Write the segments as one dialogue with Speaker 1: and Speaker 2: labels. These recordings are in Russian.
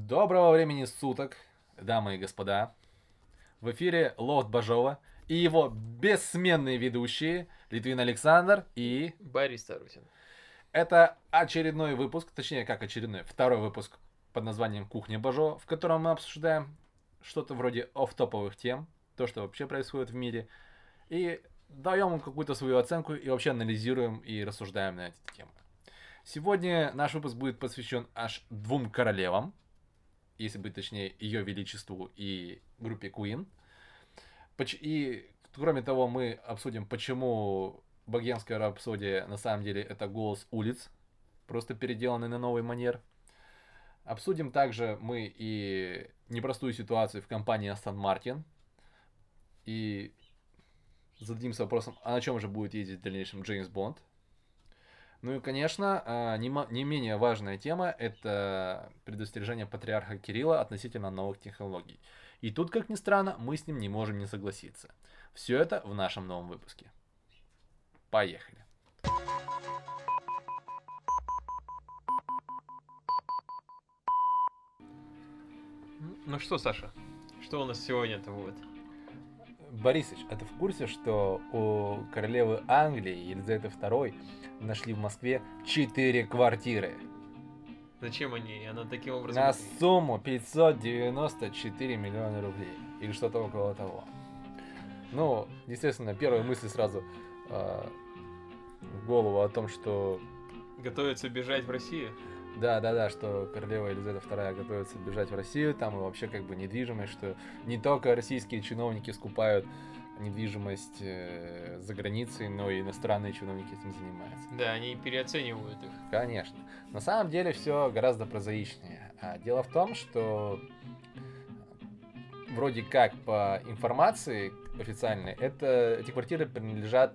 Speaker 1: Доброго времени суток, дамы и господа. В эфире Лофт Бажова и его бессменные ведущие Литвин Александр и...
Speaker 2: Борис Тарутин.
Speaker 1: Это очередной выпуск, точнее как очередной, второй выпуск под названием «Кухня Бажова», в котором мы обсуждаем что-то вроде офф-топовых тем, то, что вообще происходит в мире, и даем им какую-то свою оценку и вообще анализируем и рассуждаем на эти темы. Сегодня наш выпуск будет посвящен аж двум королевам, если быть точнее, Ее Величеству и группе Queen. И, кроме того, мы обсудим, почему Богемская рапсодия на самом деле это голос улиц, просто переделанный на новый манер. Обсудим также мы и непростую ситуацию в компании Aston Martin. И зададимся вопросом, а на чем же будет ездить в дальнейшем Джеймс Бонд. Ну и, конечно, не менее важная тема – это предостережение патриарха Кирилла относительно новых технологий. И тут, как ни странно, мы с ним не можем не согласиться. Все это в нашем новом выпуске. Поехали.
Speaker 2: Ну что, Саша, что у нас сегодня-то будет?
Speaker 1: Борисыч, а ты в курсе, что у королевы Англии Елизаветы II нашли в Москве 4 квартиры?
Speaker 2: Зачем они? Она таким образом...
Speaker 1: На сумму 594 миллиона рублей. Или что-то около того. Ну, естественно, первая мысль сразу в голову о том, что...
Speaker 2: Готовится бежать в Россию?
Speaker 1: Да, что королева Елизавета II готовится бежать в Россию, там и вообще как бы недвижимость, что не только российские чиновники скупают недвижимость за границей, но и иностранные чиновники этим занимаются.
Speaker 2: Да, они переоценивают их.
Speaker 1: Конечно. На самом деле все гораздо прозаичнее. Дело в том, что вроде как по информации официальной, эти квартиры принадлежат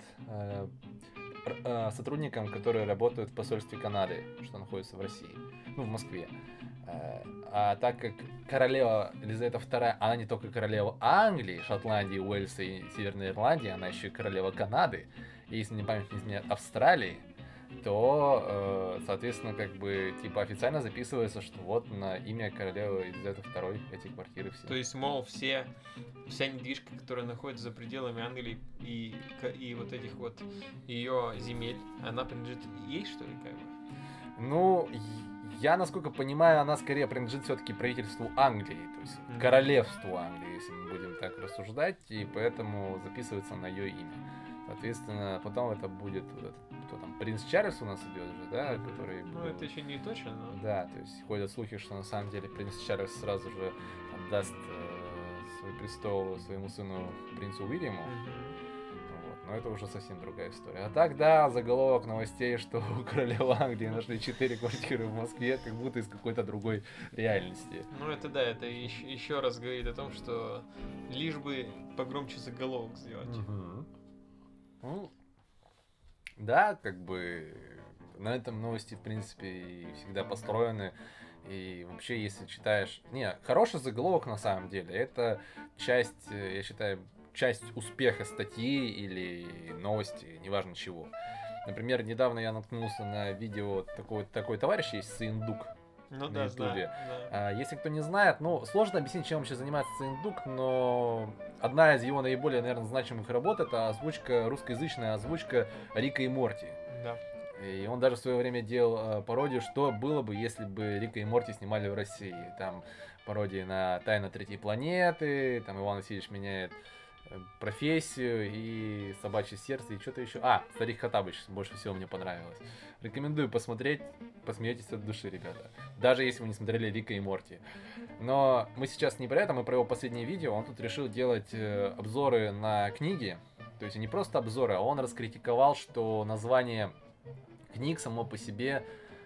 Speaker 1: сотрудникам, которые работают в посольстве Канады, что находится в России, ну, в Москве. А так как королева Елизавета II, она не только королева Англии, Шотландии, Уэльса и Северной Ирландии, она еще и королева Канады, и, если не память не изменяет, Австралии, то, соответственно, как бы, типа, официально записывается, что вот на имя королевы Елизаветы II эти квартиры все.
Speaker 2: То есть, мол, вся недвижка, которая находится за пределами Англии и вот этих вот ее земель, она принадлежит ей, что ли, как бы?
Speaker 1: Ну, я, насколько понимаю, она скорее принадлежит все-таки правительству Англии, то есть королевству Англии, если мы будем так рассуждать, и поэтому записывается на ее имя. Соответственно, потом это будет, кто там, принц Чарльз у нас идет же, да, который...
Speaker 2: Ну, это еще не точно, но...
Speaker 1: Да, то есть ходят слухи, что на самом деле принц Чарльз сразу же отдаст свой престол своему сыну принцу Уильяму. Вот. Но это уже совсем другая история. А так, да, заголовок новостей, что у королевы Англии нашли 4 квартиры в Москве, как будто из какой-то другой реальности.
Speaker 2: Ну, это да, это еще раз говорит о том, что лишь бы погромче заголовок сделать.
Speaker 1: Ну, да, как бы на этом новости, в принципе, и всегда построены. И вообще, если читаешь... Не, хороший заголовок на самом деле. Это часть, я считаю, часть успеха статьи или новости, неважно чего. Например, недавно я наткнулся на видео такой товарищ есть, Сыендук.
Speaker 2: Ну
Speaker 1: на
Speaker 2: да,
Speaker 1: Ютубе.
Speaker 2: да.
Speaker 1: Если кто не знает, ну, сложно объяснить, чем вообще занимается Сыендук, но одна из его наиболее, наверное, значимых работ — это озвучка, русскоязычная озвучка Рика и Морти.
Speaker 2: Да.
Speaker 1: И он даже в свое время делал пародию, что было бы, если бы Рика и Морти снимали в России. Там пародии на «Тайна третьей планеты», там Иван Васильевич меняет профессию и «Собачье сердце» и что-то еще. «Старик Хоттабыч» больше всего мне понравилось. Рекомендую посмотреть, посмеетесь от души, ребята. Даже если вы не смотрели Рика и Морти. Но мы сейчас не про это, мы про его последнее видео. Он тут решил делать обзоры на книги. То есть не просто обзоры, а он раскритиковал, что название книг само по себе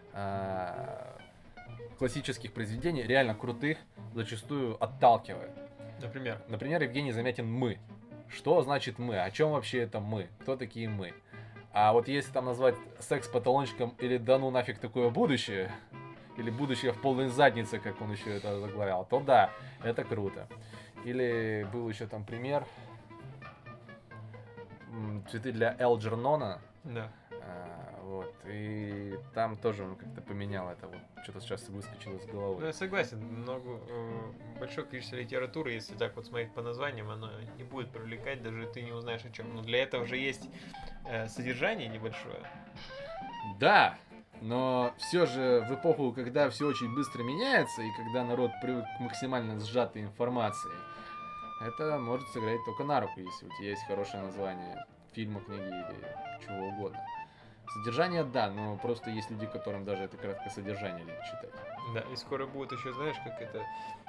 Speaker 1: классических произведений, реально крутых, зачастую отталкивает. Например, Евгений Замятин «Мы». Что значит «мы»? О чем вообще это «мы»? Кто такие «мы»? А вот если там назвать секс по талончикам или «да ну нафиг такое будущее», или «будущее в полной заднице», как он еще это заглавлял, то да, это круто. Или был еще там пример «Цветы для Элджернона».
Speaker 2: Да.
Speaker 1: Вот. И там тоже он как-то поменял это вот. Что-то сейчас выскочило из
Speaker 2: Ну,
Speaker 1: головы.
Speaker 2: я согласен, большое количество литературы, если так вот смотреть по названиям, оно не будет привлекать, даже ты не узнаешь о чем. Но для этого же есть содержание небольшое.
Speaker 1: Да, но все же в эпоху, когда все очень быстро меняется, и когда народ привык к максимально сжатой информации, это может сыграть только на руку, если у тебя есть хорошее название фильма, книги или чего угодно. Содержание, да, но просто есть люди, которым даже это краткое содержание лень читать.
Speaker 2: Да, и скоро будет еще, знаешь, как это,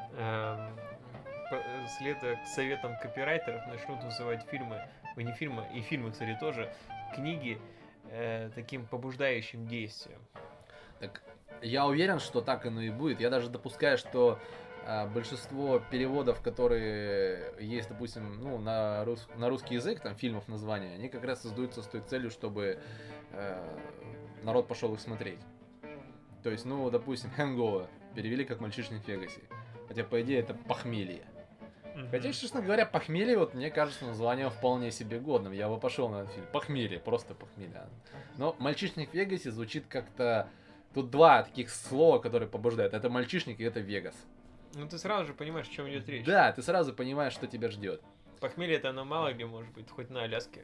Speaker 2: следуя к советам копирайтеров, начнут называть фильмы, не фильмы, и фильмы, кстати, тоже, книги таким побуждающим действием.
Speaker 1: Так, я уверен, что так оно и будет. Я даже допускаю, что большинство переводов, которые есть, допустим, ну, на русский язык, там, фильмов названия, они как раз создаются с той целью, чтобы народ пошел их смотреть. То есть, ну, допустим, Hangover перевели как «Мальчишник в Вегасе». Хотя, по идее, это «Похмелье». Хотя, честно говоря, «Похмелье», вот мне кажется, название вполне себе годным. Я бы пошел на этот фильм. «Похмелье», просто «Похмелье». Но «Мальчишник в Вегасе» звучит как-то... Тут два таких слова, которые побуждают. Это «Мальчишник» и это «Вегас».
Speaker 2: Ну ты сразу же понимаешь, о чем идет речь.
Speaker 1: Да, ты сразу понимаешь, что тебя ждет.
Speaker 2: Похмелье это оно мало где может быть, хоть на Аляске.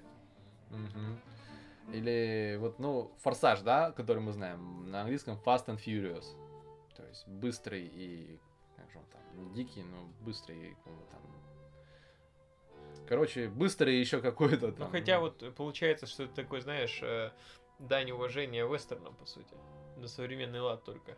Speaker 1: Или вот, ну, «Форсаж», да, который мы знаем. На английском «Fast and Furious». То есть быстрый и... Как же он там? Не дикий, но быстрый и там... Короче, быстрый и еще какой-то там...
Speaker 2: Ну хотя вот получается, что это такой, знаешь, дань уважения вестернам, по сути. На современный лад только.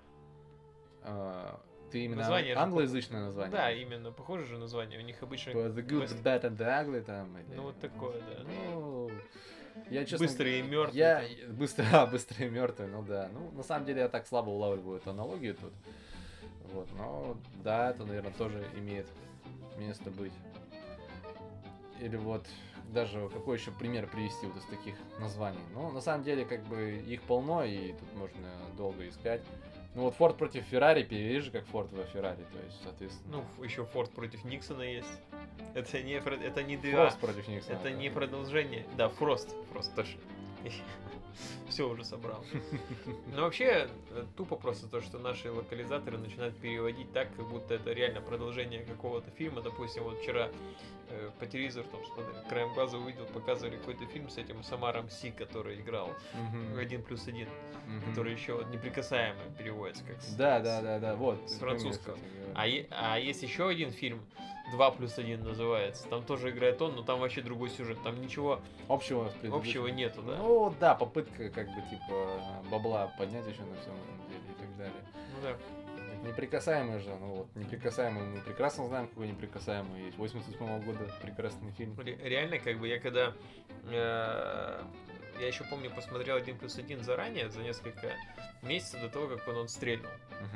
Speaker 1: Ты именно
Speaker 2: Название же
Speaker 1: англоязычное название?
Speaker 2: Да, именно. Похоже же название. У них обычно...
Speaker 1: The Good, The Bad and the Ugly там. Или...
Speaker 2: Ну вот такое, да.
Speaker 1: Ну, я честно...
Speaker 2: Быстрый и мертвый.
Speaker 1: Я... Быстрый и мертвый, ну да. Ну, на самом деле, я так слабо улавливаю эту аналогию тут. Вот, но да, это, наверное, тоже имеет место быть. Или вот даже какой еще пример привести вот из таких названий. Ну, на самом деле, как бы их полно, и тут можно долго искать. Ну вот Форд против Феррари перевели же как Форд во Феррари, то есть, соответственно.
Speaker 2: Ну, еще Форд против Никсона есть. Это не
Speaker 1: Фрост против Никсона.
Speaker 2: Это не продолжение. Да, Фрост точно. Все уже собрал. Но вообще, тупо просто то, что наши локализаторы начинают переводить так, как будто это реально продолжение какого-то фильма. Допустим, вот вчера по телевизору, там, краем глаза увидел, показывали какой-то фильм с этим Самаром Си, который играл в 1+1, который еще вот «Неприкасаемый» переводится как
Speaker 1: Да, вот.
Speaker 2: с французского. А есть еще один фильм, 2+1 называется. Там тоже играет он, но там вообще другой сюжет. Там ничего общего нету, да.
Speaker 1: Ну да, попытка как бы типа бабла поднять еще на всем этом деле и так далее.
Speaker 2: Ну да.
Speaker 1: Неприкасаемый же, ну вот, Неприкасаемый, мы прекрасно знаем, какой Неприкасаемый есть. 88 года прекрасный фильм.
Speaker 2: Реально, как бы я когда... я еще помню, посмотрел 1+1 заранее, за несколько месяцев до того, как он стрельнул.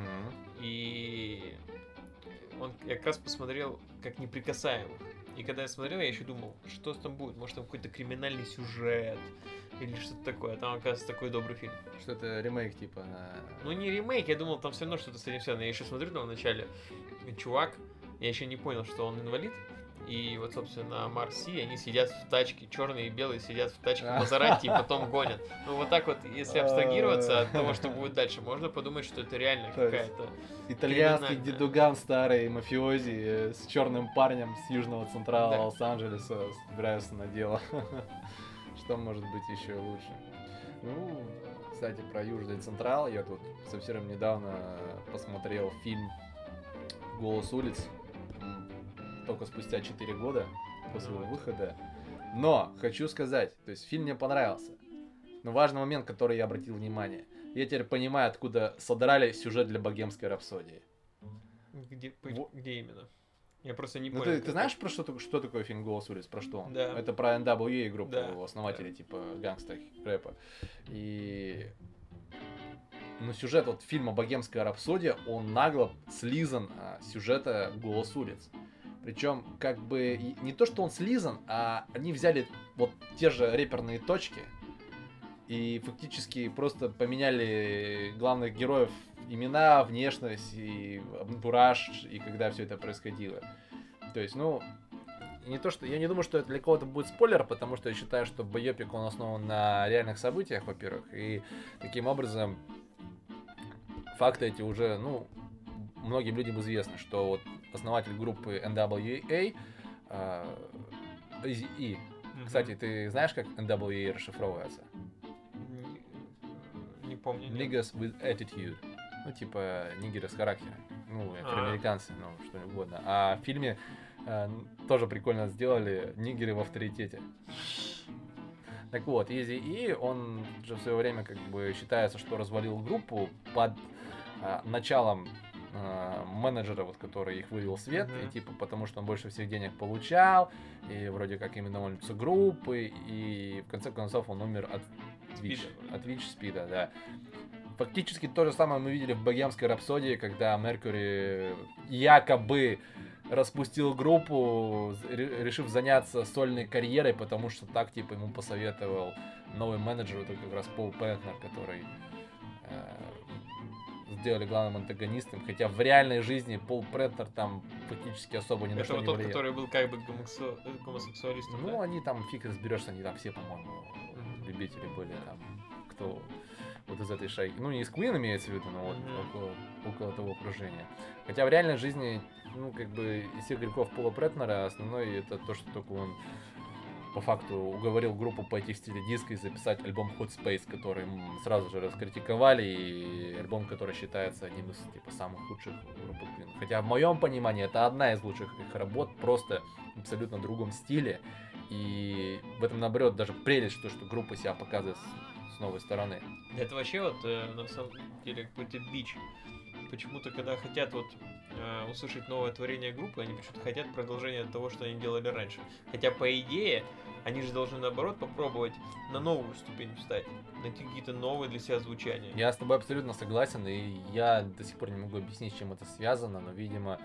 Speaker 2: И я как раз посмотрел как «Неприкасаемых». И когда я смотрел, я еще думал, что там будет. Может, там какой-то криминальный сюжет или что-то такое. А там, оказывается, такой добрый фильм.
Speaker 1: Что-то ремейк типа.
Speaker 2: Ну, не ремейк, я думал, там все равно что-то с этим связано. Я еще смотрю там вначале, чувак, я еще не понял, что он инвалид. И вот, собственно, Марси, они сидят в тачке, черные и белые сидят в тачке в Мазерати и потом гонят. Ну, вот так вот, если абстрагироваться от того, что будет дальше, можно подумать, что это реально какая-то...
Speaker 1: Итальянский дедуган старый мафиози с черным парнем с южного централа Лос-Анджелеса собираются на дело. Что может быть еще лучше? Ну, кстати, про Южный Централ. Я тут совсем недавно посмотрел фильм «Голос улиц». Только спустя 4 года после его выхода. Но, хочу сказать, то есть фильм мне понравился. Но важный момент, который я обратил внимание. Я теперь понимаю, откуда содрали сюжет для «Богемской рапсодии».
Speaker 2: Где именно? Я просто не
Speaker 1: понял.
Speaker 2: Ну,
Speaker 1: ты знаешь, про что такое фильм «Голос улиц»? Про что он?
Speaker 2: Да.
Speaker 1: Это про NWA группу, основателей типа гангста рэпа. И... Но сюжет вот фильма «Богемская рапсодия», он нагло слизан с сюжета «Голос улиц». Причем, как бы, не то, что он слизан, а они взяли вот те же реперные точки и фактически просто поменяли главных героев имена, внешность и антураж, и когда все это происходило. То есть, ну, не то, что... Я не думаю, что это для кого-то будет спойлер, потому что я считаю, что байопик, он основан на реальных событиях, во-первых, и таким образом факты эти уже, ну, многим людям известно, что вот основатель группы NWA, Eazy-E. Кстати, ты знаешь, как NWA расшифровывается?
Speaker 2: Не помню.
Speaker 1: Niggas with attitude. Ну, типа, нигеры с характером. Ну, афроамериканцы, ну, что угодно. А в фильме тоже прикольно сделали нигеры в авторитете. Так вот, Eazy-E, он же в свое время как бы считается, что развалил группу под началом менеджера, вот, который их вывел в свет, и типа потому что он больше всех денег получал, и вроде как именно довольствовался группы, и в конце концов он умер от ВИЧ-СПИДа, да. Фактически то же самое мы видели в «Богемской рапсодии», когда Меркьюри якобы распустил группу, решив заняться сольной карьерой, потому что так, типа, ему посоветовал новый менеджер, это как раз Пол Пентнер, который сделали главным антагонистом, хотя в реальной жизни Пол Пентнер там фактически особо ни на что не влияет.
Speaker 2: Это вот тот, который был как бы гомосексуалистом,
Speaker 1: Ну,
Speaker 2: да?
Speaker 1: они там, фиг разберешься, они там все, по-моему, любители были, там, кто вот из этой шайки. Ну, не из Queen имеется в виду, но вот около того окружения. Хотя в реальной жизни, ну, как бы, из всех грехов Пола Претнера основной это то, что только он по факту уговорил группу пойти в стиле диска и записать альбом Hot Space, который сразу же раскритиковали, и альбом, который считается одним из типа самых лучших группы Queen. Хотя в моем понимании это одна из лучших их работ, просто в абсолютно другом стиле. И в этом, наоборот, даже прелесть, что группа себя показывает с новой стороны.
Speaker 2: Это вообще вот на самом деле какой-то бич. Почему-то, когда хотят вот услышать новое творение группы, они почему-то хотят продолжения того, что они делали раньше. Хотя, по идее, они же должны, наоборот, попробовать на новую ступень встать, найти какие-то новые для себя звучания.
Speaker 1: Я с тобой абсолютно согласен, и я до сих пор не могу объяснить, с чем это связано, но, видимо,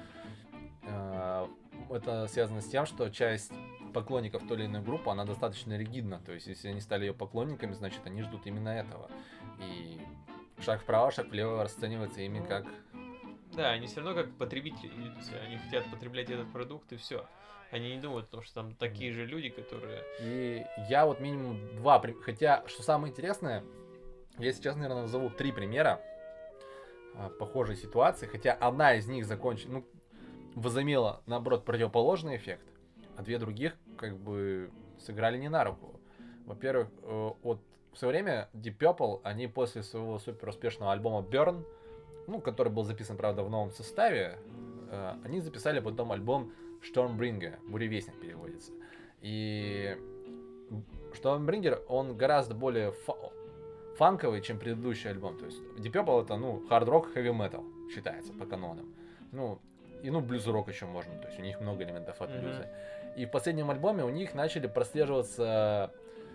Speaker 1: это связано с тем, что часть поклонников той или иной группы, она достаточно ригидна. То есть, если они стали ее поклонниками, значит, они ждут именно этого. И шаг вправо, шаг влево расценивается ими как...
Speaker 2: Да, они все равно как потребители, они хотят потреблять этот продукт и все. Они не думают о том, что там такие же люди, которые...
Speaker 1: И я вот минимум два... Хотя, что самое интересное, я сейчас, наверное, назову 3 примера похожей ситуации, хотя одна из них возымела, наоборот, противоположный эффект, а 2 других как бы сыграли не на руку. Во-первых, в свое время Deep Purple, они после своего супер успешного альбома Burn, ну, который был записан, правда, в новом составе, они записали потом альбом Stormbringer, Буревестник переводится. И Stormbringer, он гораздо более фанковый, чем предыдущий альбом. То есть Deep Purple это, ну, хард-рок, хэви-метал считается по канонам. Ну, и блюз-рок еще можно, то есть у них много элементов от блюза. И в последнем альбоме у них начали прослеживаться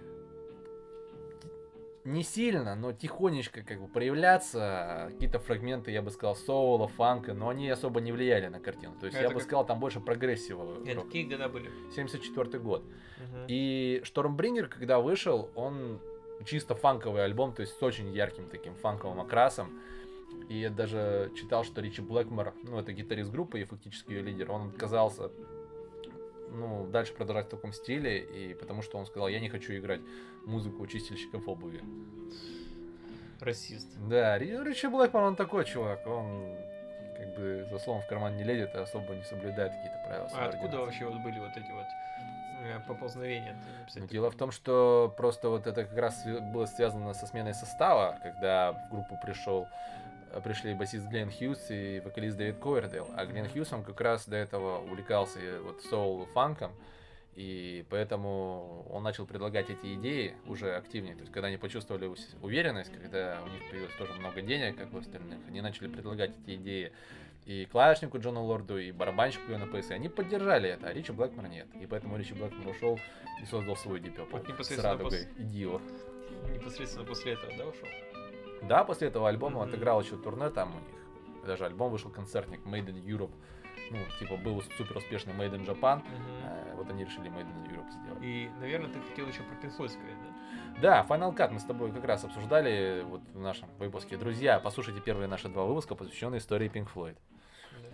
Speaker 1: не сильно, но тихонечко как бы проявляться какие-то фрагменты, я бы сказал, соула, фанка, но они особо не влияли на картину. То есть я бы сказал, там больше прогрессивного.
Speaker 2: Это какие года были?
Speaker 1: 74-й год. И Stormbringer, когда вышел, он чисто фанковый альбом, то есть с очень ярким таким фанковым окрасом. И я даже читал, что Ричи Блэкмор, ну, это гитарист группы и фактически ее лидер, он отказался, ну, дальше продолжать в таком стиле, и потому что он сказал, я не хочу играть музыку чистильщиков обуви.
Speaker 2: Расист.
Speaker 1: Да, Ричи Блэкмор, он такой чувак, он как бы за словом в карман не лезет, и особо не соблюдает какие-то правила.
Speaker 2: А откуда вообще вот были вот эти вот поползновения?
Speaker 1: Дело в том, что просто вот это как раз было связано со сменой состава, когда в группу пришли басист Глен Хьюз и вокалист Дэвид Ковердейл. А Глен Хьюз, он как раз до этого увлекался вот соул фанком, и поэтому он начал предлагать эти идеи уже активнее. То есть, когда они почувствовали уверенность, когда у них появилось тоже много денег, как у остальных, они начали предлагать эти идеи и клавишнику Джону Лорду, и барабанщику Иоанна Пейса. Они поддержали это, а Ричи Блэкмор нет. И поэтому Ричи Блэкмор ушел и создал свой Deep Purple с Радугой и Дио.
Speaker 2: Непосредственно после этого, да, ушел?
Speaker 1: Да, после этого альбома отыграл еще турне там у них. Даже альбом вышел, концертник Made in Europe. Ну, типа, был супер успешный Made in Japan. Вот они решили Made in Europe сделать.
Speaker 2: И, наверное, ты хотел еще про Pink Floyd сказать, да?
Speaker 1: Да, Final Cut мы с тобой как раз обсуждали вот в нашем выпуске. Друзья, послушайте первые наши 2 выпуска, посвященные истории Pink Floyd.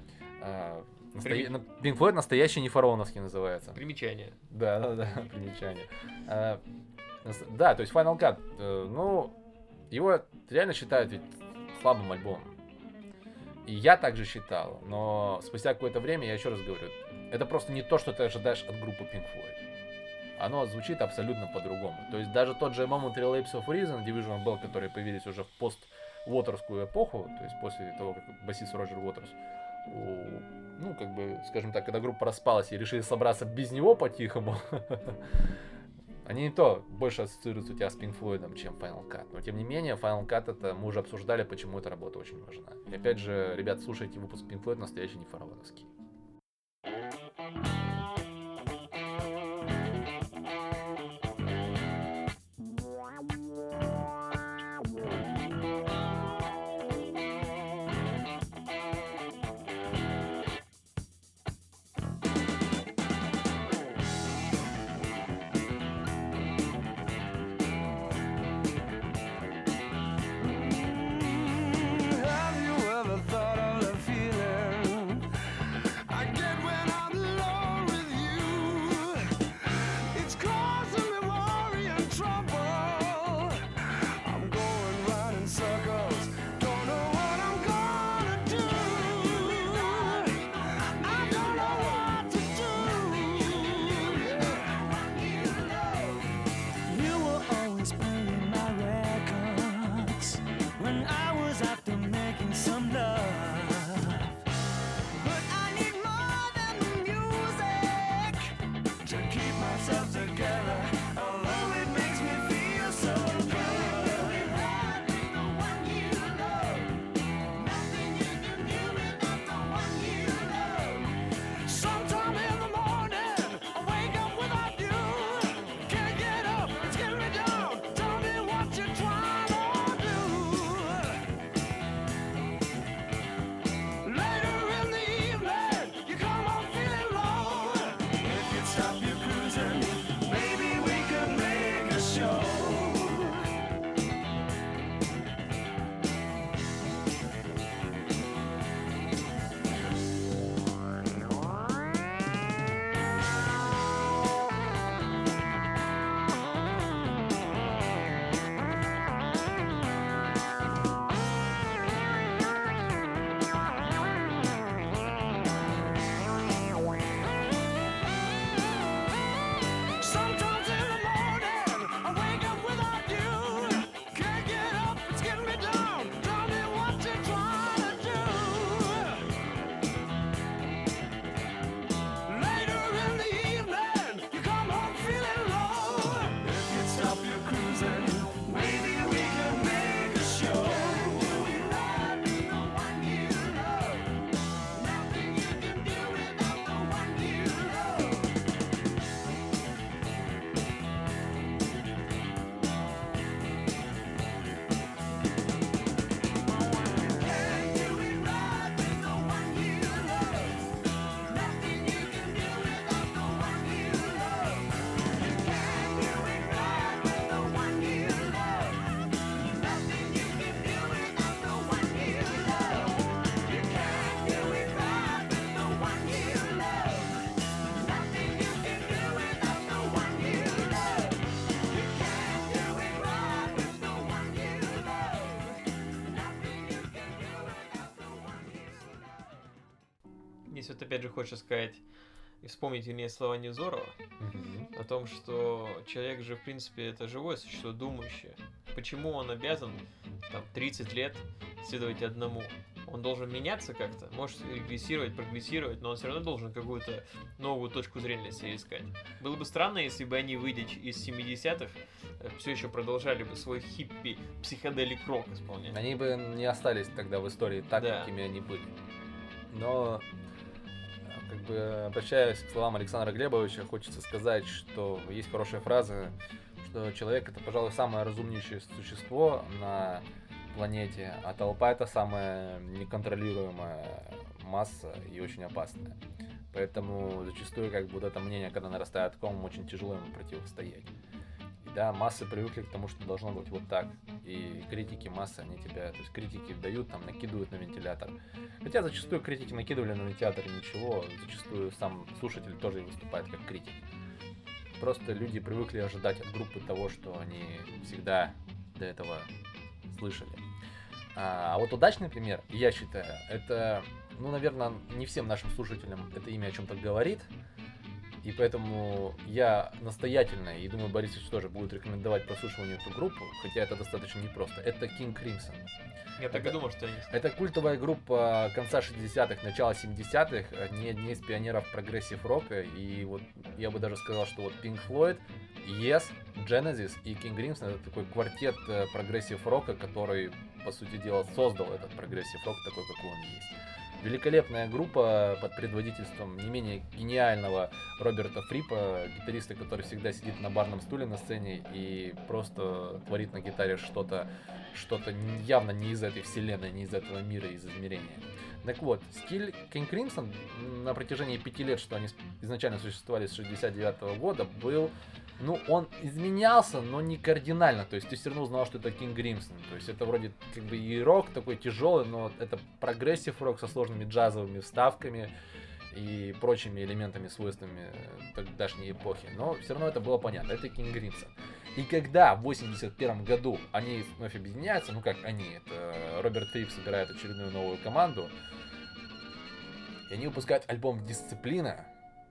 Speaker 1: Pink Floyd настоящий не фараоновский называется.
Speaker 2: Примечание.
Speaker 1: Да, примечание. Да, то есть Final Cut, ну, его реально считают ведь слабым альбомом. И я также считал, но спустя какое-то время, я еще раз говорю, это просто не то, что ты ожидаешь от группы Pink Floyd. Оно звучит абсолютно по-другому. То есть даже тот же Momentary Lapse of Reason, Division Bell, которые появились уже в пост-Уотерскую эпоху, то есть после того, как басист Роджер Уотерс, ну, как бы, скажем так, когда группа распалась и решили собраться без него по-тихому, они не то больше ассоциируются у тебя с Pink Floyd, чем Final Cut. Но тем не менее, Final Cut это мы уже обсуждали, почему эта работа очень важна. И опять же, ребят, слушайте выпуск Pink Floyd, настоящий не фараоновский.
Speaker 2: Если вот опять же хочешь сказать и вспомнить, вернее, слова Невзорова о том, что человек же, в принципе, это живое существо, думающее. Почему он обязан там 30 лет следовать одному? Он должен меняться как-то, может регрессировать, прогрессировать, но он все равно должен какую-то новую точку зрения себе искать. Было бы странно, если бы они, выйдя из 70-х, все еще продолжали бы свой хиппи психоделик рок исполнять.
Speaker 1: Они бы не остались тогда в истории так,
Speaker 2: Да.
Speaker 1: какими они были. Но, как бы, обращаясь к словам Александра Глебовича, хочется сказать, что есть хорошая фраза, что человек — это, пожалуй, самое разумнейшее существо на планете, а толпа — это самая неконтролируемая масса и очень опасная. Поэтому зачастую, как бы, вот это мнение, когда нарастает комом, очень тяжело ему противостоять. И да, массы привыкли к тому, что должно быть вот так. И критики массы, они тебя, то есть критики дают, там, накидывают на вентилятор. Хотя зачастую критики накидывали на вентилятор и ничего, зачастую сам слушатель тоже и выступает как критик. Просто люди привыкли ожидать от группы того, что они всегда до этого слышали. А вот удачный пример, я считаю, это, ну, наверное, не всем нашим слушателям это имя о чем-то говорит. И поэтому я настоятельно, и думаю, Борисович тоже будет рекомендовать прослушиванию эту группу, хотя это достаточно непросто. Это King Crimson.
Speaker 2: Я так и думал, что они...
Speaker 1: Это культовая группа конца 60-х, начала 70-х, одни из пионеров прогрессив-рока, и вот я бы даже сказал, что вот Pink Floyd, Yes, Genesis и King Crimson — это такой квартет прогрессив-рока, который, по сути дела, создал этот прогрессив-рок такой, какой он есть. Великолепная группа под предводительством не менее гениального Роберта Фрипа, гитариста, который всегда сидит на барном стуле на сцене и просто творит на гитаре что-то явно не из этой вселенной, не из этого мира, из измерения. Так вот, стиль King Crimson на протяжении 5 лет, что они изначально существовали с 69 года, был, ну, он изменялся, но не кардинально. То есть ты все равно узнал, что это King Crimson. То есть это вроде как бы и рок такой тяжелый, но это прогрессив рок со сложными джазовыми вставками и прочими элементами, свойствами тогдашней эпохи. Но все равно это было понятно, это King Crimson. И когда в 81 году они вновь объединяются, ну как они, это Роберт Фрип собирает очередную новую команду, и они выпускают альбом «Дисциплина».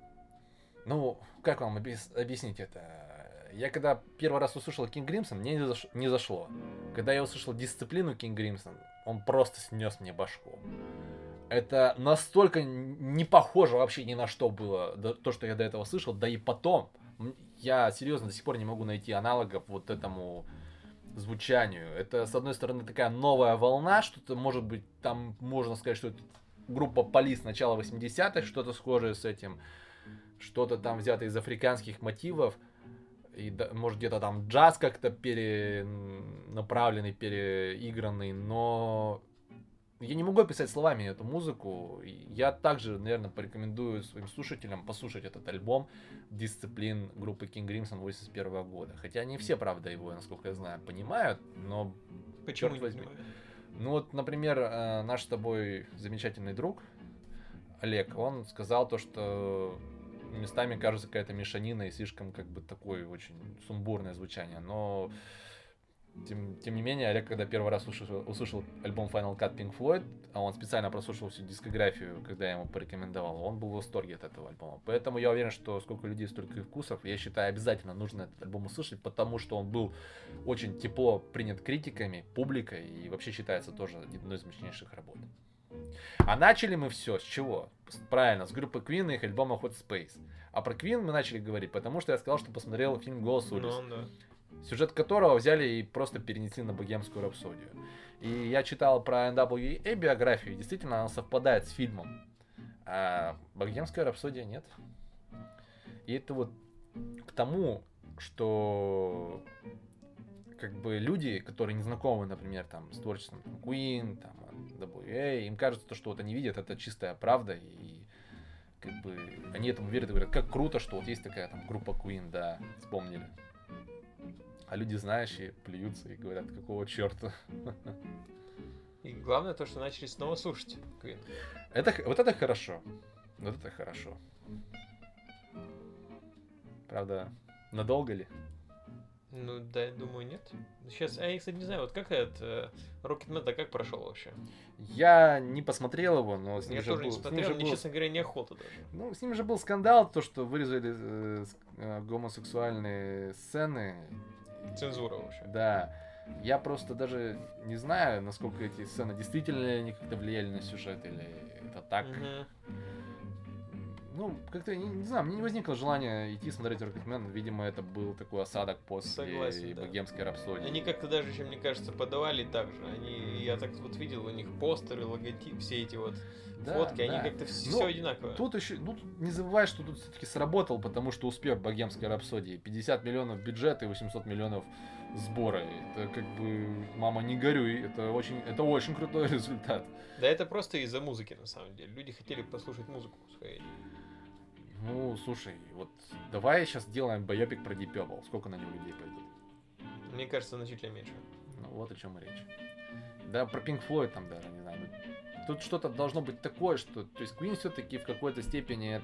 Speaker 1: Ну, как вам объяснить это? Я когда первый раз услышал King Crimson, мне не зашло. Когда я услышал «Дисциплину» King Crimson, он просто снес мне башку. Это настолько не похоже вообще ни на что было, то, что я до этого слышал, да и потом. Я серьезно до сих пор не могу найти аналогов вот этому звучанию. Это, с одной стороны, такая новая волна, что-то, может быть, там можно сказать, что это группа Police начала 80-х, что-то схожее с этим. Что-то там взято из африканских мотивов. И, может, где-то там джаз как-то перенаправленный, переигранный, но я не могу описать словами эту музыку. Я также, наверное, порекомендую своим слушателям послушать этот альбом «Дисциплин» группы King Crimson 81 года. Хотя не все, правда, его, насколько я знаю, понимают, но...
Speaker 2: Почему не понимают?
Speaker 1: Ну вот, например, наш с тобой замечательный друг Олег, он сказал то, что местами кажется какая-то мешанина и слишком как бы такое очень сумбурное звучание, но... Тем не менее, Олег, когда первый раз услышал альбом Final Cut Pink Floyd, а он специально прослушал всю дискографию, когда я ему порекомендовал, он был в восторге от этого альбома. Поэтому я уверен, что сколько людей, столько и вкусов. Я считаю, обязательно нужно этот альбом услышать, потому что он был очень тепло принят критиками, публикой и вообще считается тоже одной из мощнейших работ. А начали мы все с чего? Правильно, с группы Queen и их альбома Hot Space. А про Queen мы начали говорить, потому что я сказал, что посмотрел фильм «Голос улиц». Сюжет которого взяли и просто перенесли на «Богемскую рапсодию». И я читал про NWA биографию, и действительно она совпадает с фильмом. А «Богемская рапсодия» нет. И это вот к тому, что как бы люди, которые не знакомы, например, там, с творчеством Queen, там, NWA, им кажется, что вот они видят, это чистая правда, и как бы они этому верят и говорят, как круто, что вот есть такая там группа Queen, да, вспомнили. А люди знающие плюются и говорят, какого черта.
Speaker 2: И главное то, что начали снова слушать Queen.
Speaker 1: Вот это хорошо. Вот это хорошо. Правда, надолго ли?
Speaker 2: Ну, да, я думаю, нет. Сейчас, я, кстати, не знаю, вот как этот Rocketman как прошел вообще?
Speaker 1: Я не посмотрел его, но с ним
Speaker 2: я
Speaker 1: же
Speaker 2: тоже
Speaker 1: был...
Speaker 2: не смотрел, мне, честно говоря, неохота даже.
Speaker 1: Ну, с ним же был скандал, то, что вырезали гомосексуальные сцены.
Speaker 2: Цензура вообще.
Speaker 1: Да. Я просто даже не знаю, насколько эти сцены действительно они как-то влияли на сюжет, или это так. Ну, как-то, не знаю, мне не возникло желания идти смотреть Rocketman. Видимо, это был такой осадок после Богемской рапсодии.
Speaker 2: Они как-то даже еще, мне кажется, подавали так же. Я так вот видел, у них постеры, логотип, все эти вот фотки, они как-то все одинаковые.
Speaker 1: Тут еще, не забывай, что тут все-таки сработал, потому что успех Богемской рапсодии. 50 миллионов бюджет и 800 миллионов сбора. Это как бы, мама, не горюй, это очень крутой результат.
Speaker 2: Да это просто из-за музыки, на самом деле. Люди хотели послушать музыку сходить.
Speaker 1: Ну, слушай, вот давай сейчас сделаем байопик про Deep Purple. Сколько на него людей пойдут?
Speaker 2: Мне кажется, значительно меньше.
Speaker 1: Ну, вот о чем и речь. Да, про Pink Floyd там даже, не знаю. Тут что-то должно быть такое, что... То есть Queen все-таки в какой-то степени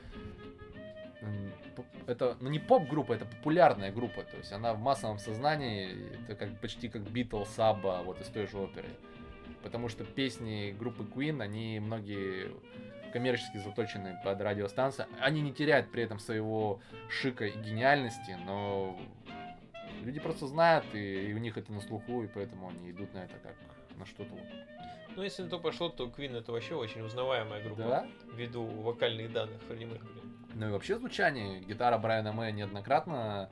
Speaker 1: это, ну, не поп-группа, это популярная группа. То есть она в массовом сознании, это как, почти как Beatles, Сабба, вот из той же оперы. Потому что песни группы Queen, они многие коммерчески заточены под радиостанции. Они не теряют при этом своего шика и гениальности, но люди просто знают, и у них это на слуху, и поэтому они идут на это как на что-то.
Speaker 2: Ну, если на то пошло, то Queen это вообще очень узнаваемая группа.
Speaker 1: Да?
Speaker 2: Ввиду вокальных данных Фредди Меркьюри.
Speaker 1: Ну и вообще звучание. Гитара Брайана Мэя неоднократно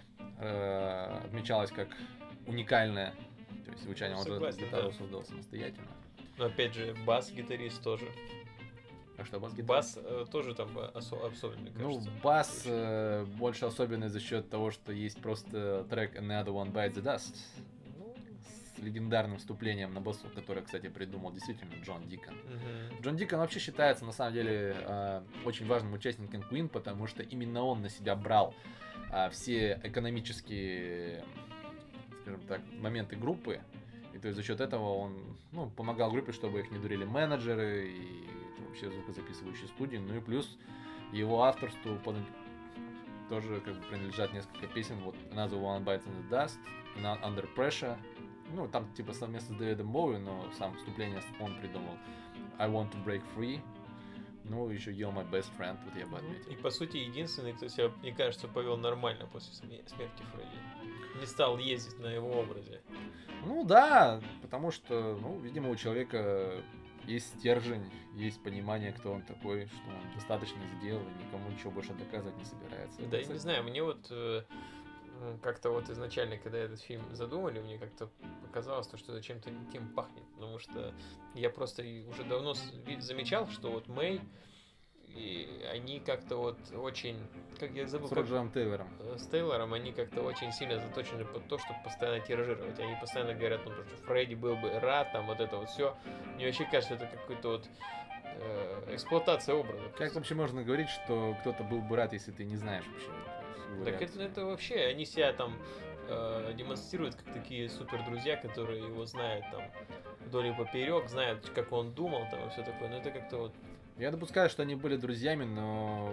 Speaker 1: отмечалась как уникальное. То есть звучание, он
Speaker 2: Согласен,
Speaker 1: эту гитару
Speaker 2: да.
Speaker 1: создал самостоятельно.
Speaker 2: Но опять же, бас-гитарист тоже.
Speaker 1: А что, бас-гитара?
Speaker 2: Бас тоже там особенный,
Speaker 1: Ну,
Speaker 2: кажется.
Speaker 1: бас больше особенный за счет того, что есть просто трек Another One Bites the Dust
Speaker 2: Ну,
Speaker 1: с легендарным вступлением на басу, которое, кстати, придумал действительно Джон Дикон.
Speaker 2: мгм.
Speaker 1: Джон Дикон вообще считается, на самом деле, очень важным участником Queen, потому что именно он на себя брал все экономические, скажем так, моменты группы. И то есть за счет этого он, ну, помогал группе, чтобы их не дурили менеджеры и вообще звукозаписывающие студии. Ну и плюс его авторству тоже как бы принадлежат несколько песен. Вот Another One Bites the Dust, Under Pressure. Ну, там типа совместно с Дэвидом Боуи, но сам вступление он придумал. I Want to Break Free. Ну, еще You're My Best Friend, вот я бы отметил.
Speaker 2: И по сути единственный, кто себя, мне кажется, повел нормально после смерти Фредди. Не стал ездить на его образе.
Speaker 1: Ну да, потому что, ну, видимо, у человека есть стержень, есть понимание, кто он такой, что он достаточно сделал и никому ничего больше доказывать не собирается.
Speaker 2: Да, я не знаю, мне вот как-то вот изначально, когда этот фильм задумали, мне как-то показалось, что зачем-то не тем пахнет, потому что я просто уже давно замечал, что вот Мэй, и они как-то вот очень, как я забыл,
Speaker 1: С Роджером Тейлором.
Speaker 2: с Тейлором, они как-то очень сильно заточены под то, чтобы постоянно тиражировать. Они постоянно говорят, ну, что Фредди был бы рад, там, вот это вот все. Мне вообще кажется, это какой-то вот эксплуатация образа.
Speaker 1: Как вообще можно говорить, что кто-то был бы рад, если ты не знаешь вообще?
Speaker 2: Так это вообще, они себя там демонстрируют как такие супер друзья, которые его знают там вдоль и поперек, знают, как он думал там и все такое. Но это как-то вот.
Speaker 1: Я допускаю, что они были друзьями, но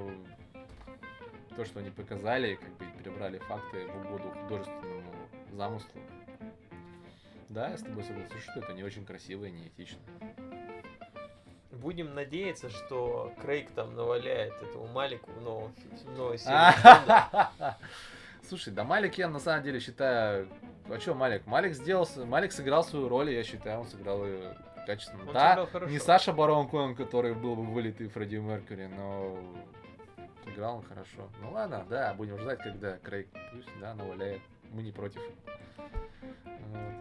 Speaker 1: то, что они показали, как бы перебрали факты в угоду художественному замыслу. Да, я с тобой соглашусь, что это не очень красиво и неэтично.
Speaker 2: Будем надеяться, что Крейг там наваляет этому Малику в новой серии.
Speaker 1: Слушай, да Малик я на самом деле считаю... А что Малик? Малик сыграл свою роль, и я считаю, он сыграл ее качественно.
Speaker 2: Он
Speaker 1: Да,
Speaker 2: сыграл хорошо.
Speaker 1: не Саша Барон Коэн, который был бы вылитый Фредди Меркьюри, но сыграл он хорошо. Ну ладно, да, будем ждать, когда Крейг пусть, да, наваляет. Мы не против. Вот.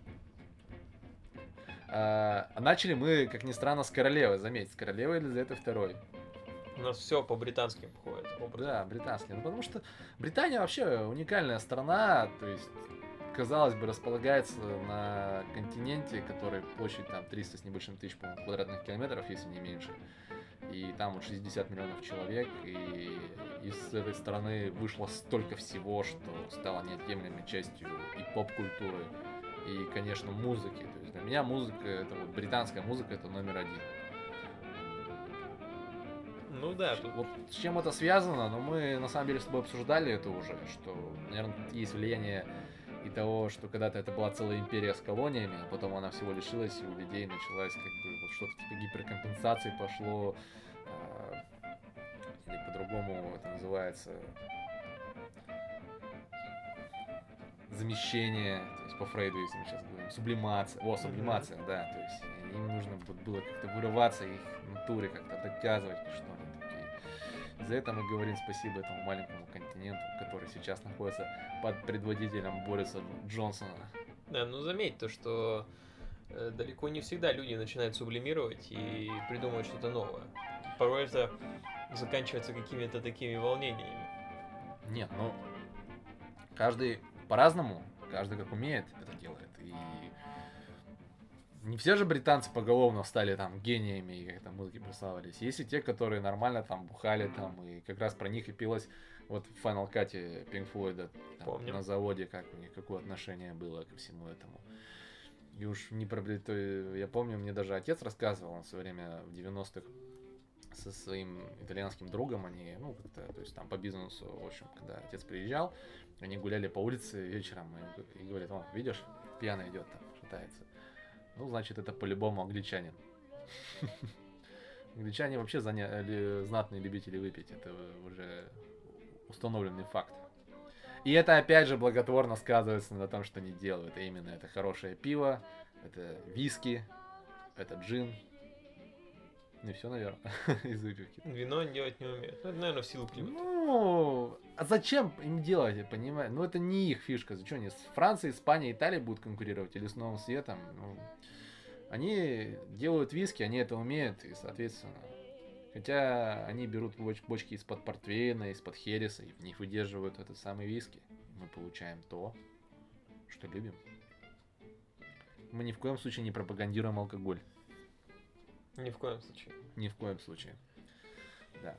Speaker 1: Начали мы, как ни странно, с Королевы, заметь, с Королевы Елизаветы II.
Speaker 2: У нас все по британским ходит.
Speaker 1: Да, британский. Ну, потому что Британия вообще уникальная страна, то есть, казалось бы, располагается на континенте, который площадь там 300 с небольшим тысяч, по-моему, квадратных километров, если не меньше. И там вот 60 миллионов человек, и из этой страны вышло столько всего, что стало неотъемлемой частью и поп-культуры, и, конечно, музыки. То есть для меня музыка, это вот британская музыка, это номер один.
Speaker 2: Ну да, тут
Speaker 1: Вот с чем это связано, но мы на самом деле с тобой обсуждали это уже, что, наверное, есть влияние и того, что когда-то это была целая империя с колониями, а потом она всего лишилась, и у людей началась как бы вот что-то типа гиперкомпенсации пошло, или по-другому это называется замещение, то есть по Фрейду, если мы сейчас говорим, сублимация, сублимация, да, то есть им нужно было как-то вырываться, их натуре как-то доказывать, что они такие. За это мы говорим спасибо этому маленькому континенту, который сейчас находится под предводителем Бориса Джонсона.
Speaker 2: да, ну заметь то, что далеко не всегда люди начинают сублимировать и придумывать что-то новое. Порой это заканчивается какими-то такими волнениями.
Speaker 1: Нет, ну, каждый по-разному, каждый как умеет это делает. И не все же британцы поголовно стали там гениями и как-то музыки прославились. Есть и те, которые нормально там бухали там, и как раз про них и пилось вот в Final Cut Pink Floyd
Speaker 2: Помню.
Speaker 1: на заводе, как у них, какое отношение было ко всему этому. И уж не про... Я помню, мне даже отец рассказывал, он в свое время в 90-х со своим итальянским другом, они, ну, как-то, то есть там по бизнесу, в общем, когда отец приезжал, они гуляли по улице вечером и говорят, о, видишь, пьяный идет там, шатается. Ну, значит, это по-любому англичанин. Англичане вообще знатные любители выпить, это уже установленный факт. И это опять же благотворно сказывается на том, что они делают. А именно это хорошее пиво, это виски, это джин. Ну и все, наверное, из выпивки.
Speaker 2: Вино делать не умеют. Ну, это, наверное, в силу климата.
Speaker 1: Ну, а зачем им делать, я понимаю? Ну, это не их фишка. Зачем они с Францией, Испанией, Италией будут конкурировать или с Новым Светом? Ну, они делают виски, они это умеют, и, соответственно... Хотя они берут бочки из-под портвейна, из-под хереса, и в них выдерживают этот самый виски. Мы получаем то, что любим. Мы ни в коем случае не пропагандируем алкоголь.
Speaker 2: Ни в коем случае.
Speaker 1: Ни в коем случае. Да.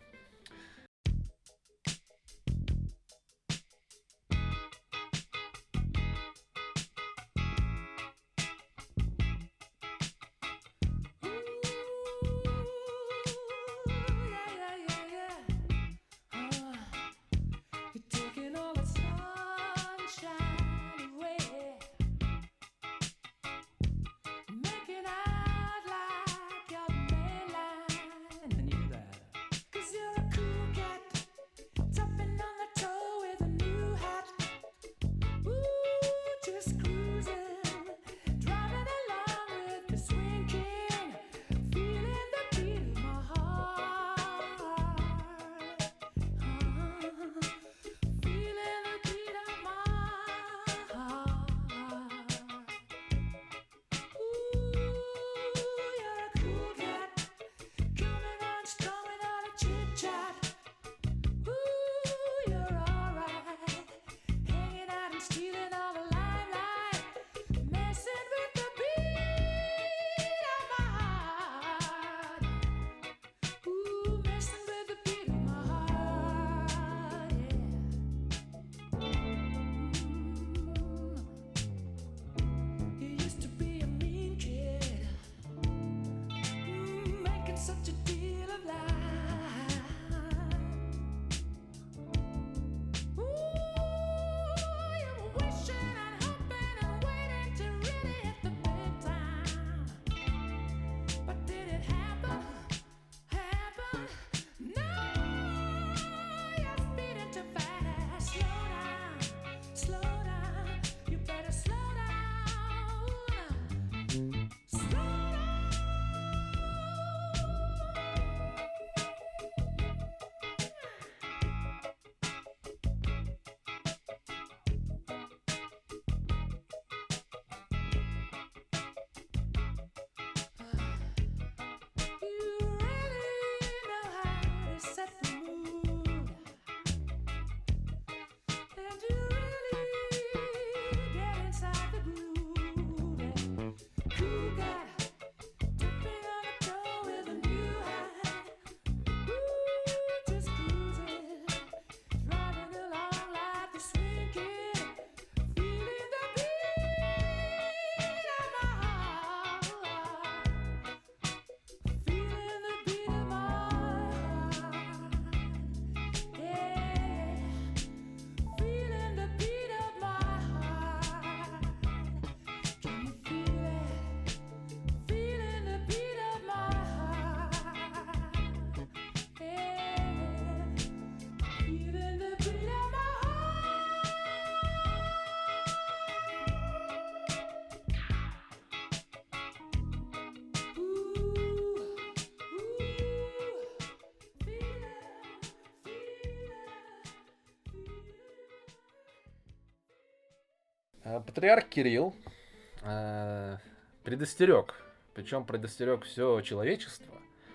Speaker 1: Патриарх Кирилл предостерег, причем предостерег все человечество